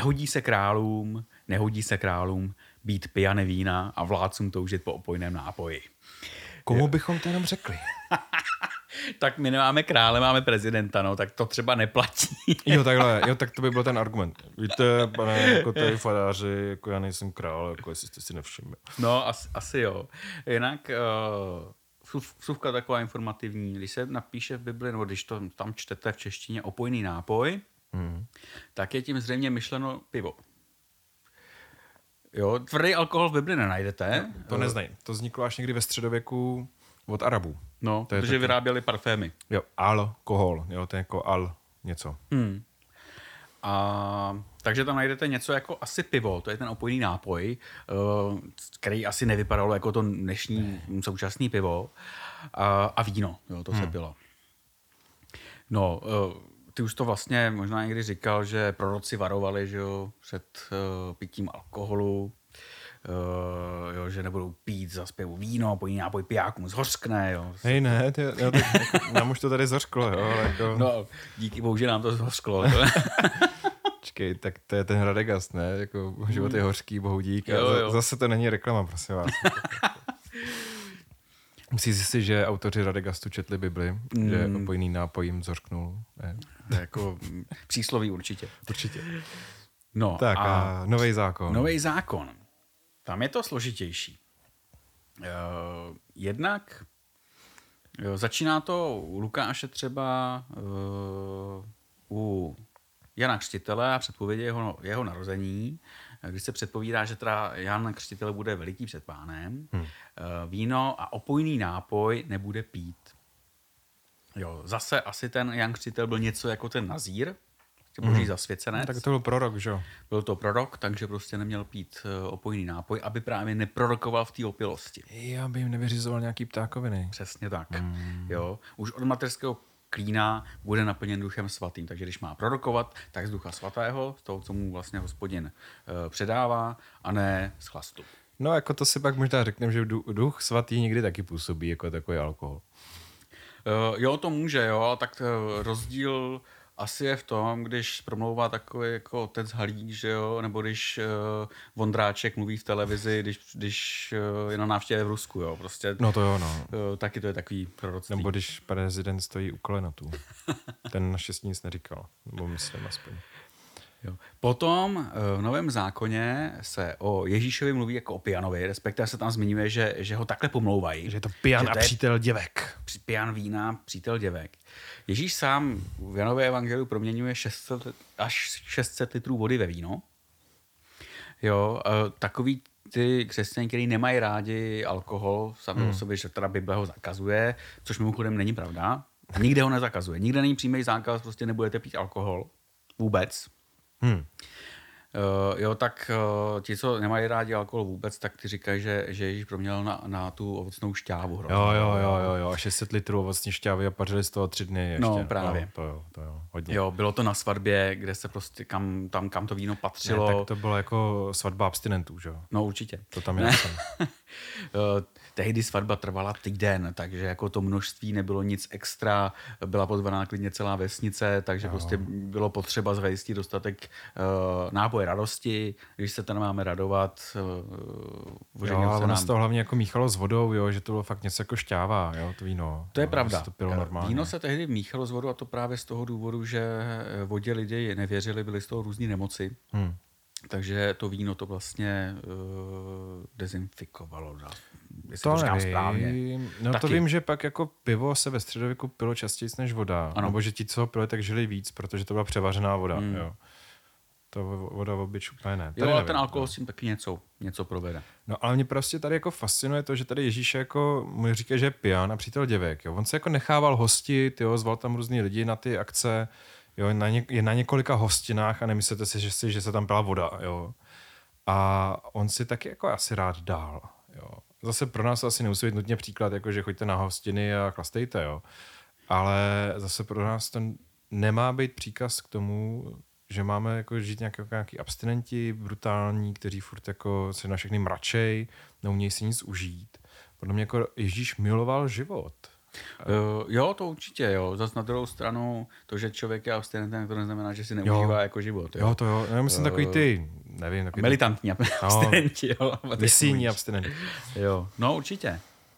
Nehodí se králům být pijany vína a vládcům toužit po opojném nápoji. Komu bychom to jenom řekli? Tak my nemáme krále, máme prezidenta, no, tak to třeba neplatí. Jo, takhle, jo, tak to by byl ten argument. Víte, pane, jako tady faráři, jako já nejsem král, jako jestli jste si nevšimli. No, asi jo. Jinak vsuvka taková informativní, když se napíše v Bibli, nebo když to tam čtete v češtině opojný nápoj, tak je tím zřejmě myšleno pivo. Jo, tvrdý alkohol v Bibli nenajdete. No, to neznají. To vzniklo až někdy ve středověku od Arabů. No, protože vyráběli parfémy. Jo, alkohol, jo, to je jako al něco. A takže tam najdete něco jako asi pivo, to je ten opojný nápoj, který asi nevypadalo jako to dnešní současné pivo. A víno, jo, to se pilo. No, ty už to vlastně možná někdy říkal, že proroci varovali, že jo, před pitím alkoholu, jo, že nebudou pít za zpěvu víno, opojný nápoj pijákům zhořkne. Jo. Hej, ne, nám už to tady zhořklo, jo. Jako... No, díky bohu, že nám to zhořklo. Počkej, tak to je ten Radegast, ne? Jako život je hořký, bohu dík. Jo. Zase to není reklama, prosím vás. Myslíš si, že autoři Radegastu četli Bibli, že opojný nápoj jim zhořknul? Ne? Jako přísloví určitě. Určitě. No, tak a nový zákon. Nový zákon. Tam je to složitější. Jednak začíná to u Lukáše třeba u Jana Křtitele a předpovědi jeho narození, když se předpovídá, že teda Jan Křtitel bude veliký před Pánem, víno a opojný nápoj nebude pít. Jo, zase asi ten Jan Křtitel byl něco jako ten nazír, boží zasvěcenec. Tak to byl prorok, že jo? Byl to prorok, takže prostě neměl pít opojný nápoj, aby právě neprorokoval v té opilosti. Já by jim nevyřizoval nějaký ptákoviny. Přesně tak. Jo. Už od mateřského klína bude naplněn Duchem svatým, takže když má prorokovat, tak z Ducha svatého, z toho, co mu vlastně Hospodin předává, a ne z chlastu. No jako to si pak možná řekneme, že Duch svatý někdy taky působí jako takový alkohol. Jo, to může, jo, tak rozdíl asi je v tom, když promlouvá takový jako otec Halík, že jo, nebo když Vondráček mluví v televizi, když je na návštěvě v Rusku, jo, prostě. No to jo, no. Taky to je takový proroctví. Nebo když prezident stojí u klenotů. Ten naštěstí nic neříkal, nebo myslím aspoň. Jo. Potom v Novém zákoně se o Ježíšovi mluví jako o pijanovi, respektive se tam zmiňuje, že ho takhle pomlouvají. Že je to pijan a přítel děvek. Pijan vína, přítel děvek. Ježíš sám v Janově evangeliu proměňuje 600 až 600 litrů vody ve víno. Jo, takový ty křesťané, kteří nemají rádi alkohol, sami o sobě, že teda Bible ho zakazuje, což mimochodem není pravda. Nikde ho nezakazuje. Nikde není přímý zákaz, prostě nebudete pít alkohol. Vůbec. Jo, tak ti, co nemají rádi alkohol vůbec, tak ty říkají, že Ježíš proměnil na tu ovocnou šťávu. Jo. a 600 litrů ovocní šťávy a pařili z toho 3 dny ještě. No, právě. No, to jo, hodně. Jo, bylo to na svatbě, kde se prostě kam to víno patřilo. Ne, tak to bylo jako svatba abstinentů, že jo? No určitě. To tam je napsané. Tehdy svatba trvala týden, takže jako to množství nebylo nic extra, byla pozvaná klidně celá vesnice, takže prostě bylo potřeba zajistit dostatek nápoje radosti, když se tam máme radovat. Ale ono se to hlavně jako míchalo s vodou, jo, že to bylo fakt něco jako šťáva, jo, to víno. To je pravda. To pilo normálně. Víno se tehdy míchalo s vodou a to právě z toho důvodu, že vodě lidi nevěřili, byly z toho různý nemoci. Takže to víno to vlastně dezinfikovalo. Jestli to říkám správně. No to vím, že pak jako pivo se ve středověku pilo častěji než voda. Ano. Nebo že ti, co ho pili, tak žili víc, protože to byla převařená voda. Jo. To voda obyč úplně ne. Jo, ale ten alkohol s tím taky něco provede. No ale mě prostě tady jako fascinuje to, že tady Ježíš jako mu říká, že je pijan a přítel děvek. Jo. On se jako nechával hostit, jo, zval tam různý lidi na ty akce, jo, je na několika hostinách a nemyslete si, že se tam pila voda. Jo. A on si taky jako asi rád dál. Jo. Zase pro nás asi nemusí být nutně příklad, jako že choďte na hostiny a chlastejte, jo. Ale zase pro nás to nemá být příkaz k tomu, že máme jako žít nějaký abstinenti brutální, kteří furt jako se na všechny mračej, neumějí si nic užít. Podle mě jako Ježíš miloval život. Jo, to určitě, jo. Zas na druhou stranu, to, že člověk je abstinentem, to neznamená, že si neužívá jako život. Jo, to jo. Já myslím takový ty, nevím. Takový militantní abstinenti, jo. Misijní abstinenti. Jo, no určitě.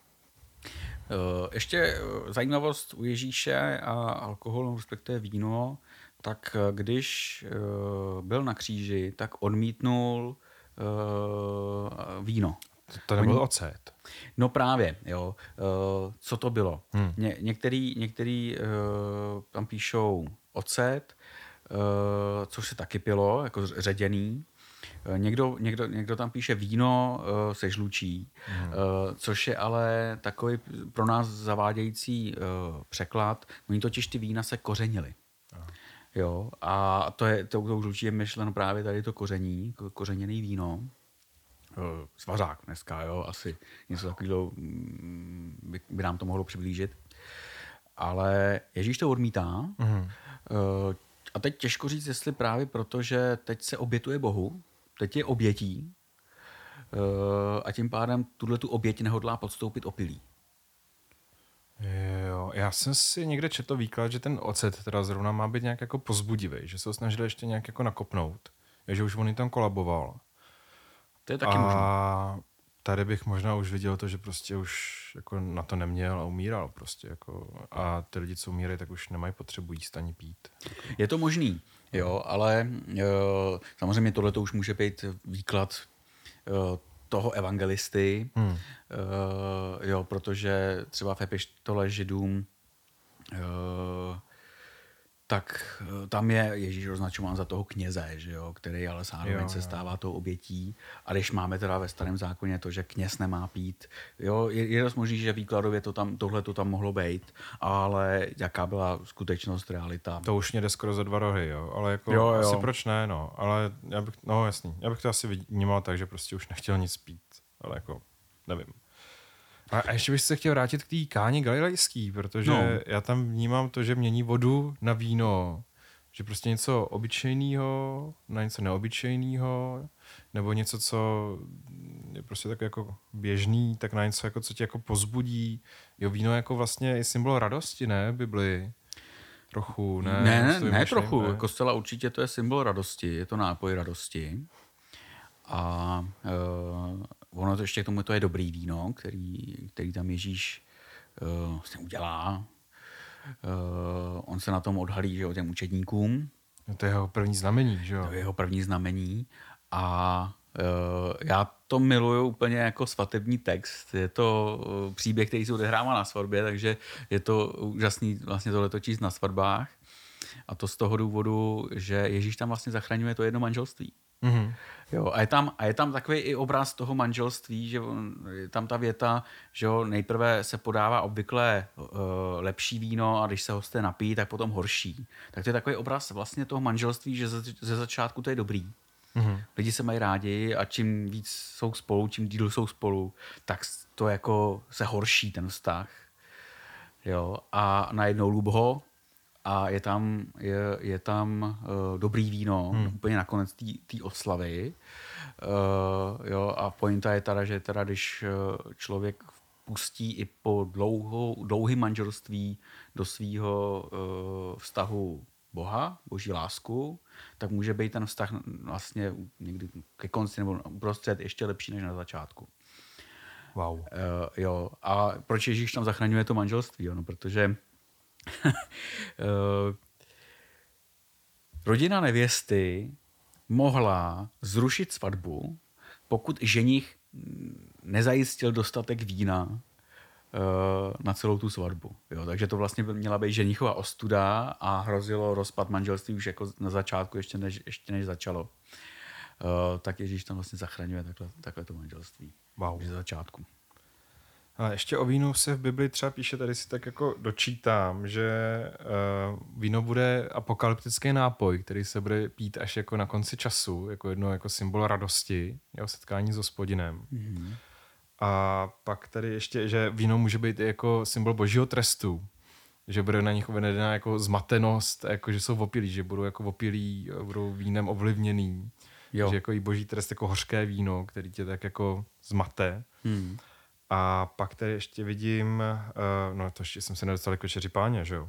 Ještě zajímavost u Ježíše a alkoholu, respektive víno, tak když byl na kříži, tak odmítnul víno. To nebyl ocet. No právě, jo. Co to bylo? Některý tam píšou ocet, což se taky pilo, jako ředěný. Někdo tam píše víno se žlučí, což je ale takový pro nás zavádějící překlad. Oni totiž ty vína se kořenily. Jo, a to žlučí je myšleno právě tady to kořeněný víno. Svařák dneska, jo, asi něco takového by nám to mohlo přiblížit. Ale Ježíš to odmítá. A teď těžko říct, jestli právě proto, že teď se obětuje Bohu, teď je obětí a tím pádem tu oběť nehodlá podstoupit opilý. Jo, já jsem si někde četl výklad, že ten ocet teda zrovna má být nějak jako pozbudivý, že se ho snažili ještě nějak jako nakopnout, že už on tam kolaboval. To je taky možné. A tady bych možná už viděl to, že prostě už jako na to neměl a umíral prostě jako a ty lidi, co umírají, tak už nemají potřebu jíst ani pít. Je to možný, jo, ale samozřejmě tohle to už může být výklad toho evangelisty, jo, protože třeba v epištole Židům tak tam je Ježíš označován za toho kněze, že jo, který ale zároveň se stává tou obětí. A když máme teda ve Starém zákoně to, že kněz nemá pít, jo, je dost možný, že výkladově tohle to tam mohlo být, ale jaká byla skutečnost, realita. To už mě jde skoro za 2 rohy, jo, ale jako jo. asi proč ne, no, ale já bych to asi vnímal tak, že prostě už nechtěl nic pít, ale jako, nevím. A ještě bych se chtěl vrátit k té Káni galilejský, protože já tam vnímám to, že mění vodu na víno, že prostě něco obyčejného na něco neobyčejného, nebo něco, co je prostě tak jako běžný, tak na něco, jako, co tě jako pozbudí. Jo, víno jako vlastně je symbol radosti, ne, Bibli? Trochu, ne? Ne, trochu. Ne? Jako zcela určitě to je symbol radosti, je to nápoj radosti. A ono to ještě k tomu to je dobrý víno, který tam Ježíš vlastně udělá. On se na tom odhalí, že jo, těm učedníkům. To je jeho první znamení, že jo? To je jeho první znamení. A já to miluju úplně jako svatební text. Je to příběh, který se odehrává na svatbě, takže je to úžasný vlastně tohleto číst na svatbách. A to z toho důvodu, že Ježíš tam vlastně zachraňuje to jedno manželství. Jo, a je tam takový i obraz toho manželství, že je tam ta věta, že jo, nejprve se podává obvykle lepší víno a když se hosté napíjí, tak potom horší. Tak to je takový obraz vlastně toho manželství, že ze začátku to je dobrý. Lidi se mají rádi a čím víc jsou spolu, čím díl jsou spolu, tak to jako se horší ten vztah. jo, a najednou lubho a je tam dobrý víno úplně nakonec té oslavy. Jo, a pointa je teda, že teda, když člověk pustí i po dlouhém manželství do svého vztahu Boha, boží lásku, tak může být ten vztah vlastně někdy ke konci nebo uprostřed ještě lepší než na začátku. Wow. Jo, a proč Ježíš tam zachraňuje to manželství? Jo? No, protože rodina nevěsty mohla zrušit svatbu, pokud ženich nezajistil dostatek vína na celou tu svatbu. Jo, takže to vlastně měla být ženichová ostuda a hrozilo rozpad manželství už jako na začátku, ještě než začalo. Tak Ježíš tam vlastně zachraňuje takhle to manželství. Wow. Už za začátku. A ještě o vínu se v Bibli třeba píše, tady si tak jako dočítám, že víno bude apokalyptický nápoj, který se bude pít až jako na konci času, jako jedno jako symbol radosti, jeho setkání s Hospodinem. Mm-hmm. A pak tady ještě, že víno může být i jako symbol božího trestu, že bude na nich uvedena jako zmatenost, jako že jsou opilí, že budou jako opilí, budou vínem ovlivněný. Jo. Že jako i boží trest jako hořké víno, který tě tak jako zmate. A pak tady ještě vidím, no to ještě jsem se nedostal k Večeři Páně, že jo.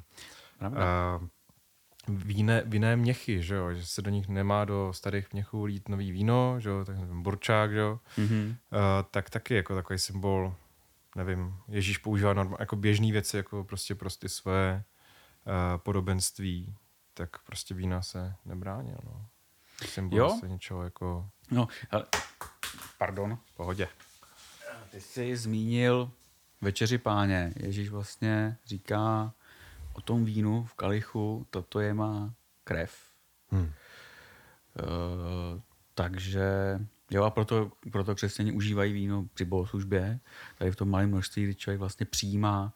Vinné měchy, že jo, že se do nich nemá do starých měchů lít nový víno, že jo, tak nevím, burčák, že jo. Mm-hmm. Tak taky jako takový symbol, nevím, Ježíš používá jako běžný věci, jako prostě ty svoje podobenství, tak prostě vína se nebránil, no. Symbol se něčeho jako... No, ale... Pardon. V pohodě. Ty jsi zmínil Večeři Páně. Ježíš vlastně říká o tom vínu v kalichu, toto je má krev. Takže jo, a proto křesťané užívají víno při bohoslužbě. Tady v tom malém množství, kdy člověk vlastně přijímá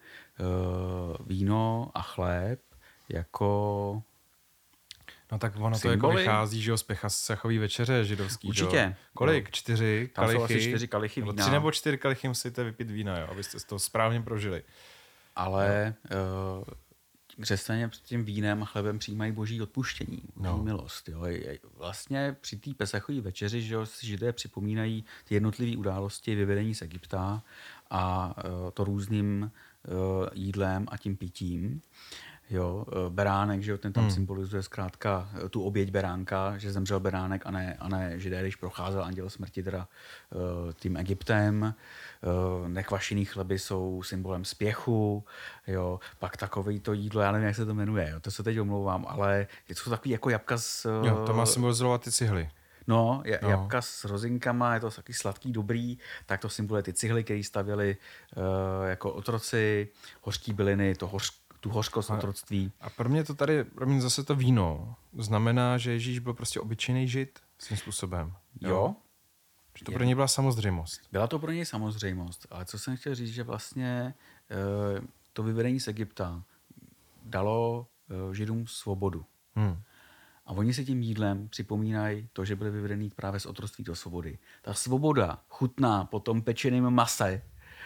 víno a chléb jako... No tak ono to jako vychází, že jo, z Pesachový večeře židovský. Určitě. Jo? Kolik? 4 tam kalichy? Tam jsou asi 4 kalichy vína. 3 nebo 4 kalichy musíte vypít vína, jo, abyste to správně prožili. Ale křesťané před tím vínem a chlebem přijímají boží odpuštění, boží milost. Jo. Vlastně při té Pesachové večeři, že jo, si Židé připomínají ty jednotlivé události vyvedení z Egypta a to různým jídlem a tím pitím. Jo, beránek, že jo, ten tam symbolizuje zkrátka tu oběť beránka, že zemřel beránek a ne Židé, když procházel anděl smrti teda tím Egyptem. Nekvašený chleby jsou symbolem spěchu, jo, pak takový to jídlo, já nevím, jak se to jmenuje, jo, to se teď omlouvám, ale je to takový jako jabka s... Jo, to má symbolizovat ty cihly. No, jabka s rozinkama, je to taky sladký, dobrý, tak to symboluje ty cihly, které stavěli jako otroci, hořký byliny, tu hořkost otroctví. A pro mě zase to víno znamená, že Ježíš byl prostě obyčejný žid svým způsobem. Jo. Že to pro něj byla samozřejmost. Byla to pro něj samozřejmost, ale co jsem chtěl říct, že vlastně to vyvedení z Egypta dalo Židům svobodu. A oni si tím jídlem připomínají to, že byli vyvedení právě z otroctví do svobody. Ta svoboda chutná po tom pečeném mase,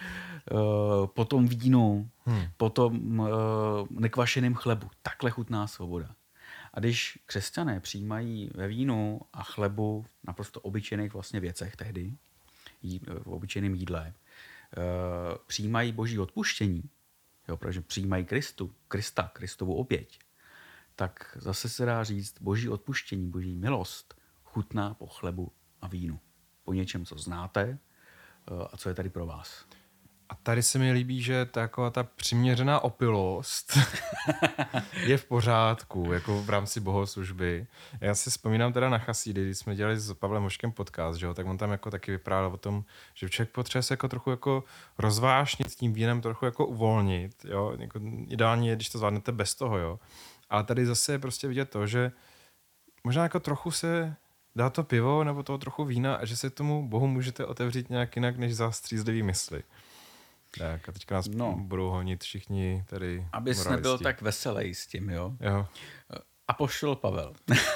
po tom vínu, po tom nekvašeném chlebu. Takhle chutná svoboda. A když křesťané přijímají ve vínu a chlebu naprosto obyčejných vlastně věcech tehdy, v obyčejném jídle, přijímají boží odpuštění, jo, protože přijímají Kristovu oběť, tak zase se dá říct, boží odpuštění, boží milost chutná po chlebu a vínu. Po něčem, co znáte a co je tady pro vás. A tady se mi líbí, že ta přiměřená opilost je v pořádku, jako v rámci bohoslužby. Já si vzpomínám teda na Chasídy, když jsme dělali s Pavlem Hoškem podcast, že jo, tak on tam jako taky vyprávěl o tom, že člověk potřebuje se jako trochu jako rozvášnit s tím vínem, trochu jako uvolnit, jo, jako ideálně je, když to zvládnete bez toho, jo. Ale tady zase je prostě vidět to, že možná jako trochu se dá to pivo nebo toho trochu vína a že se tomu Bohu můžete otevřít nějak jinak, než za střízlivý mysli. Tak a teďka nás budou honit všichni tady abys nebyl tak veselý s tím, jo? Jo. Apoštol Pavel.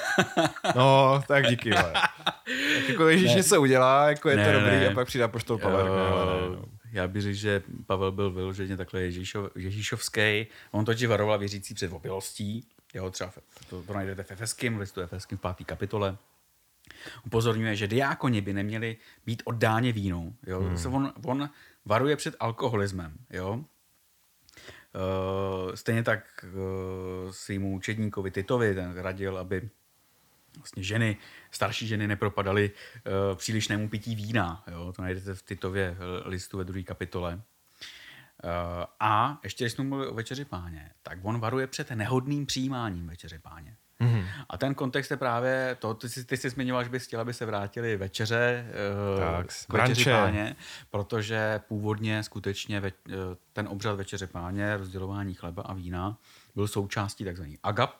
No, tak díky. Tak jako Ježíš něco udělá, jako je to dobrý a pak přijde apoštol Pavel. Já bych řekl, že Pavel byl vyloženě takhle ježíšovský. On totiž varoval věřící před obilostí. Jo, třeba to najdete v Efeským, v listu Efeským v 5. kapitole. Upozorňuje, že diákoni by neměli být oddáni vínu. Jo? On varuje před alkoholismem. Jo? Stejně tak svýmu učedníkovi Titovi ten radil, aby vlastně starší ženy nepropadaly přílišnému pití vína. Jo? To najdete v Titově listu ve 2. kapitole. A ještě, když jsme mluvili o večeři Páně, tak on varuje před nehodným přijímáním večeře Páně. Mm-hmm. A ten kontext je právě to, ty jsi zmiňoval, že bys chtěl, aby se vrátili večeře k večeři Páně, protože původně skutečně ten obřad večeře Páně, rozdělování chleba a vína, byl součástí takzvaný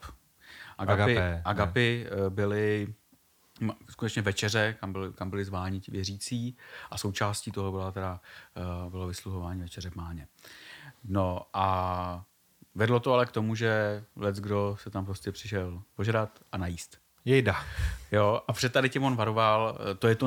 agapy byly skutečně večeře, kam byli zváni ti věřící a součástí toho bylo vysluhování večeře Páně. No a vedlo to ale k tomu, že leckdo se tam prostě přišel požrat a najíst. Jejda. Jo, a před tady tím on varoval, to je to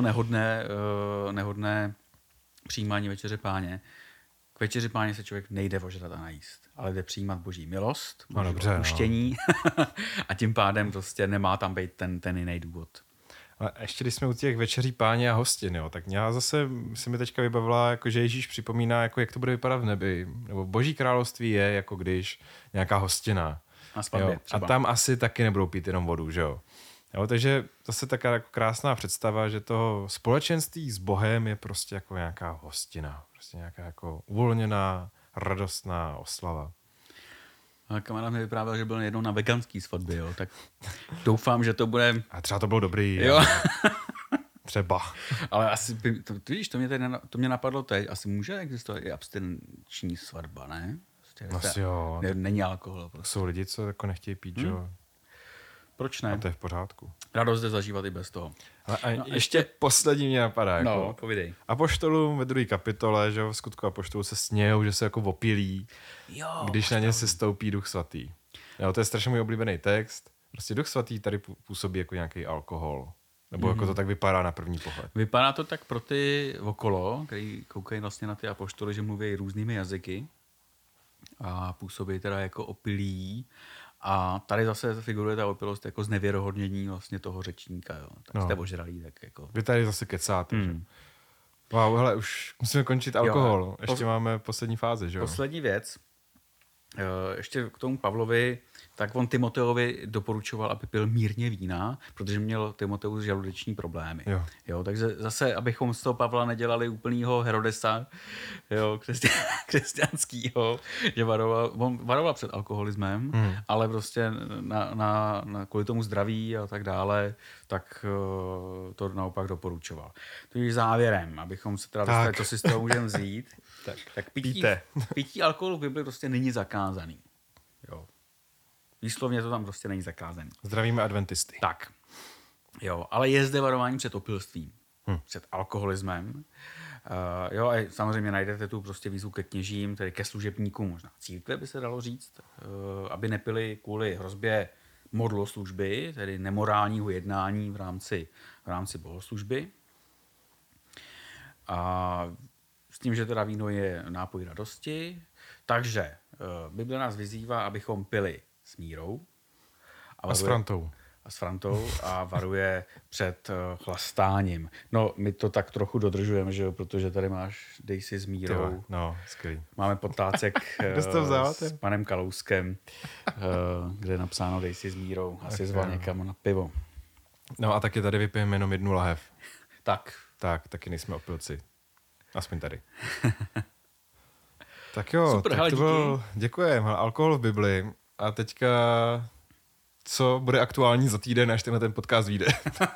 nehodné přijímání večeře Páně. K večeři Páně se člověk nejde ožrat a najíst, ale jde přijímat boží milost, boží odpuštění a tím pádem prostě nemá tam být ten jiný důvod. A ještě když jsme u těch večeří Páně a hostin, jo, tak já zase se mi teďka vybavila, jako, že Ježíš připomíná, jako, jak to bude vypadat v nebi. Nebo Boží království je, jako když nějaká hostina. Na svatbě, a tam asi taky nebudou pít jenom vodu, že jo. Jo, takže zase taková jako krásná představa, že to společenství s Bohem je prostě jako nějaká hostina. Prostě nějaká jako uvolněná, radostná oslava. A kamarád mi vyprávěl, že byl jednou na veganský svatbě, jo, tak doufám, že to bude... A třeba to bylo dobrý. Jo. Třeba. Ale asi, víš, to mě napadlo teď, asi může existovat i abstinenční svatba, ne? Asi jo. Není alkohol. Prostě. Jsou lidi, co jako nechtějí pít, že jo. Proč ne? A to je v pořádku. Radost jde zažívat i bez toho. Ale ještě poslední mě napadá. Jako, no, povídej. Apoštolům ve 2. kapitole, že v skutku apoštolů se smějou, že se jako opilí, když na ně se stoupí Duch Svatý. Jo, to je strašně můj oblíbený text. Prostě Duch Svatý tady působí jako nějaký alkohol. Nebo jako to tak vypadá na první pohled. Vypadá to tak pro ty okolo, který koukají vlastně na ty apoštoly, že mluví různými jazyky a působí teda jako opilí. A tady zase figuruje ta opilost jako znevěrohodnění vlastně toho řečníka. Jo. Tak jste ožralí, tak jako... Vy tady zase kecáte. Wow, hele, už musíme končit alkohol. Jo, ještě máme poslední fázi, že jo? Poslední věc. Ještě k tomu Pavlovi, tak on Timoteovi doporučoval, aby pil mírně vína, protože měl Timoteus žaludeční problémy. Jo, takže zase, abychom z toho Pavla nedělali úplnýho Herodesa, jo, křesťanskýho, že varoval před alkoholismem, ale prostě kvůli tomu zdraví a tak dále, tak to naopak doporučoval. Takže závěrem, abychom se teda dostali, co si z toho můžeme vzít, tak pití alkoholu v Bibli prostě není zakázaný. Jo. Výslovně to tam prostě není zakázaný. Zdravíme adventisty. Tak. Jo, ale je zde varování před opilstvím, před alkoholismem. Jo, a samozřejmě najdete tu prostě výzvu ke kněžím, tedy ke služebníkům, možná církve by se dalo říct, aby nepili kvůli hrozbě modloslužby, tedy nemorálního jednání v rámci bohoslužby. A s tím, že teda víno je nápoj radosti, takže Bible nás vyzývá, abychom pili s mírou. A s Frantou. A s Frantou a varuje před chlastáním. No, my to tak trochu dodržujeme, že jo, protože tady máš Dej si s mírou. No, skvělý. Máme podtácek s panem Kalouskem, kde je napsáno Dej si s mírou. Asi zval někam na pivo. No a taky tady vypijeme jenom 1 lahev. Tak, taky nejsme opilci. Aspoň tady. Tak jo, super, tak to byl, děkujem, alkohol v Bibli. A teďka, co bude aktuální za týden, až ten podcast vyjde?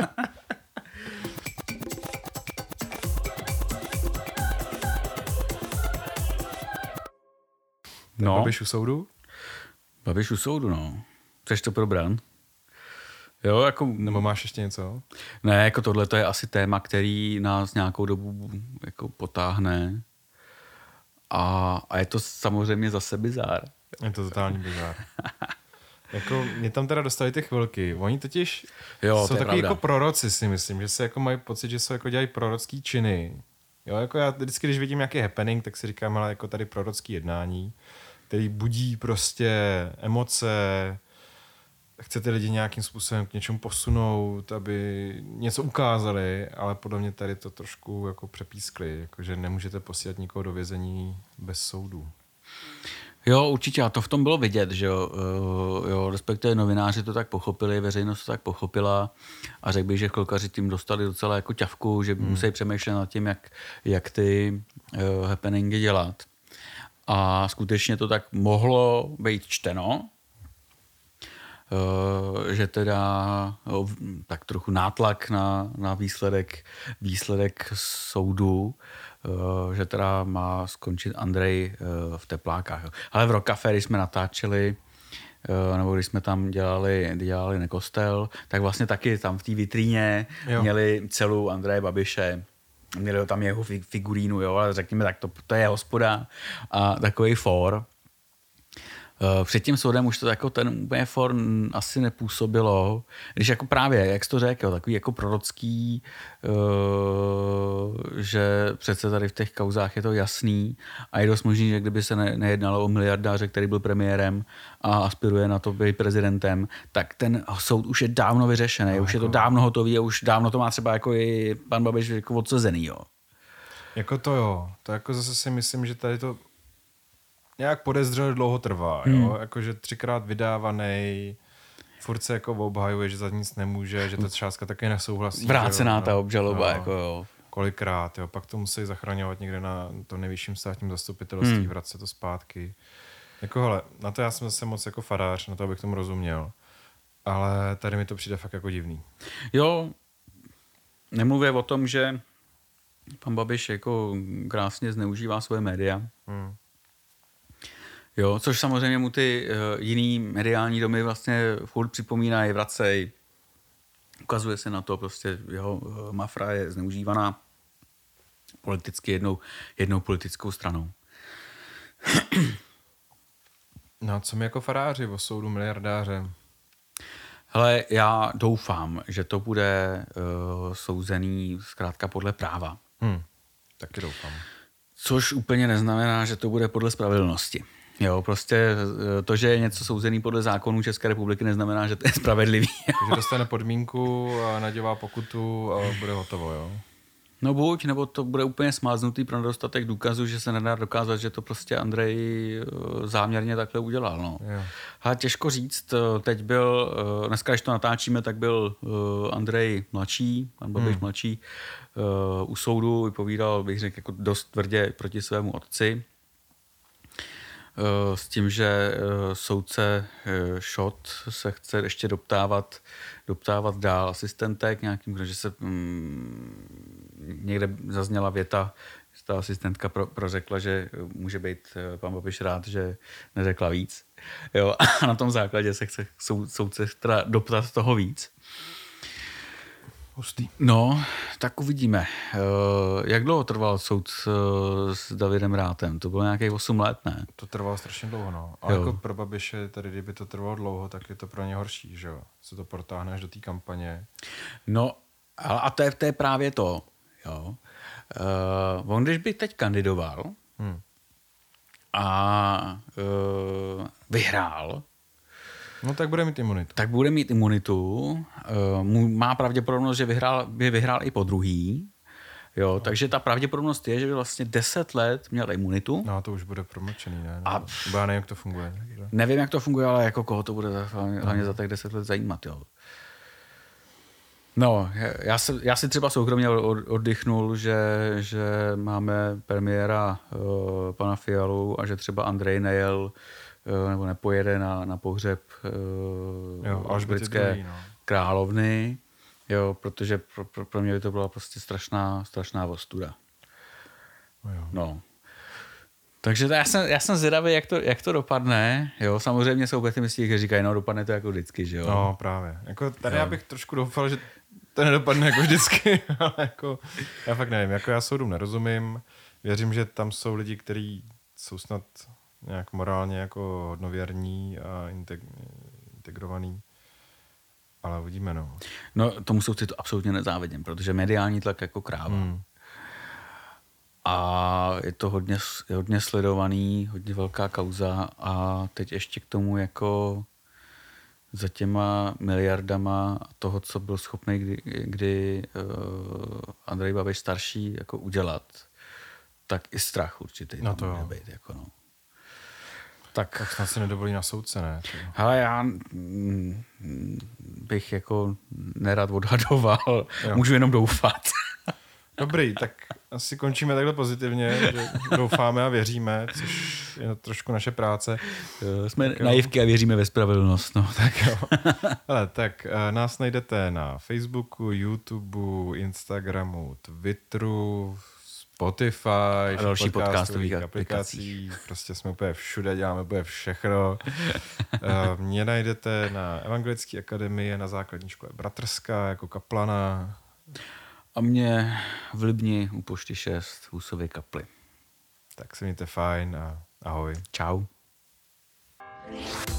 No. Babiš u soudu? Babiš u soudu, no. Chceš to probrat? Jo, jako... Nebo máš ještě něco? Ne, jako tohle to je asi téma, který nás nějakou dobu jako potáhne. A je to samozřejmě zase bizár. Je to totální bizár. Jako, mě tam teda dostali ty chvilky. Oni totiž jsou takový jako proroci, si myslím, že se jako mají pocit, že se jako dělají prorocký činy. Jo, jako já vždycky, když vidím nějaký happening, tak si říkám, ale jako tady prorocký jednání, který budí prostě emoce, chce ty lidi nějakým způsobem k něčemu posunout, aby něco ukázali, ale podle mě tady to trošku jako přepískli, jakože nemůžete posílat nikoho do vězení bez soudu. Jo, určitě, a to v tom bylo vidět, že jo, respektive novináři to tak pochopili, veřejnost to tak pochopila a řekl bych, že chvilkaři tím dostali docela jako ťavku, že musí přemýšlet nad tím, jak ty happeningy dělat. A skutečně to tak mohlo být čteno, že teda tak trochu nátlak na výsledek soudu, že teda má skončit Andrej v teplákách. Ale v Rock Café, když jsme natáčeli, nebo když jsme tam dělali Nekostel, tak vlastně taky tam v té vitríně měli celou Andreje Babiše. Měli tam jeho figurínu, jo, ale řekněme tak, to je hospoda a takový for. Před tím soudem už to jako ten úplně for asi nepůsobilo, když jako právě, jak jsi to řekl, takový jako prorocký, že přece tady v těch kauzách je to jasný a je dost možný, že kdyby se nejednalo o miliardáře, který byl premiérem a aspiruje na to být prezidentem, tak ten soud už je dávno vyřešený, už je to dávno hotový a už dávno to má třeba jako i pan Babiš jako odsazený, jo. Jako to jo, to jako zase si myslím, že tady to nějak podezřele dlouho trvá, jo? Jakože 3krát vydávaný, furt se jako obhajuje, že za nic nemůže, že ta částka taky nesouhlasí. Vrácená ta obžaloba, jako jo. Kolikrát, jo, pak to musí zachraňovat někde na tom nejvyšším státním zastupitelství, vracet to zpátky. Jako hele, na to já jsem zase moc jako farář, na to abych tomu rozuměl, ale tady mi to přijde fakt jako divný. Jo, nemluvě o tom, že pan Babiš jako krásně zneužívá svoje média. Jo, což samozřejmě mu ty jiný mediální domy vlastně furt připomínají, vracej. Ukazuje se na to, prostě jeho mafra je zneužívaná politicky jednou politickou stranou. No a co mi jako faráři o soudu miliardáře? Hele, já doufám, že to bude souzený zkrátka podle práva. Taky doufám. Což úplně neznamená, že to bude podle spravedlnosti. Jo, prostě to, že je něco souzený podle zákonů České republiky, neznamená, že to je spravedlivý. Takže dostane podmínku a nadělá pokutu a bude hotovo, jo? No buď, nebo to bude úplně smáznutý pro nedostatek důkazů, že se nedá dokázat, že to prostě Andrej záměrně takhle udělal. No. Ale těžko říct, teď byl, dneska, když to natáčíme, tak byl Andrej mladší, pan Babiš mladší, u soudu vypovídal, bych řekl, jako dost tvrdě proti svému otci. S tím, že soudce Šot se chce ještě doptávat dál asistentek nějakým, že se někde zazněla věta, že ta asistentka prořekla, že může být pan Babiš rád, že neřekla víc. Jo, a na tom základě se chce soudce teda doptat toho víc. Hustý. No, tak uvidíme. Jak dlouho trval soud s Davidem Rátem? To bylo nějakých 8 let, ne? To trvalo strašně dlouho, no. Ale jako pro Babiše, tady kdyby to trvalo dlouho, tak je to pro ně horší, že jo? Se to protáhne až do té kampaně. No, a to je právě to, jo. On když by teď kandidoval a vyhrál, no tak bude mít imunitu. Má pravděpodobnost, že by vyhrál i po druhý. Jo, no. Takže ta pravděpodobnost je, že by vlastně 10 let měl imunitu. No to už bude promlčený, ne? A já nevím, jak to funguje. Nevím, jak to funguje, ale jako koho to bude hlavně za těch 10 let zajímat, jo. No, já si třeba soukromně oddychnul, že máme premiéra pana Fialu a že třeba Andrej nejel nebo nepojede na pohřeb britské královny, jo, protože pro mě by to byla prostě strašná ostuda. No. Takže já jsem zvědavý, jak to dopadne. Jo, samozřejmě jsou pesimisti, kteří říkají, no dopadne to jako vždycky, že jo. No právě. Jako tady já bych trošku doufal, že to nedopadne jako vždycky, ale jako já fakt nevím. Jako já soudům nerozumím. Věřím, že tam jsou lidi, kteří jsou snad nějak morálně jako hodnověrní a integrovaný. Ale uvidíme, no. No tomu soudci to absolutně nezávidím, protože mediální tlak jako kráva. A je to hodně sledovaný, hodně velká kauza a teď ještě k tomu jako za těma miliardama toho, co byl schopný kdy Andrej Babiš starší jako udělat, tak i strach určitý. No to jo. Být, jako no. Tak snad se nedovolí na soudce, ne? Hele, já bych jako nerad odhadoval, můžu jenom doufat. Dobrý, tak asi končíme takhle pozitivně, že doufáme a věříme, což je trošku naše práce. Jsme naivky a věříme ve spravedlnost. No. Tak jo. Hele, tak nás najdete na Facebooku, YouTubeu, Instagramu, Twitteru, Spotify, a další podcastových aplikací. Prostě jsme úplně všude, děláme úplně všechno. Mě najdete na Evangelické akademii, na základní škole Bratrská jako kaplana. A mě v Libni u Pošty 6 v Husově kapli. Tak se mějte fajn a ahoj. Čau.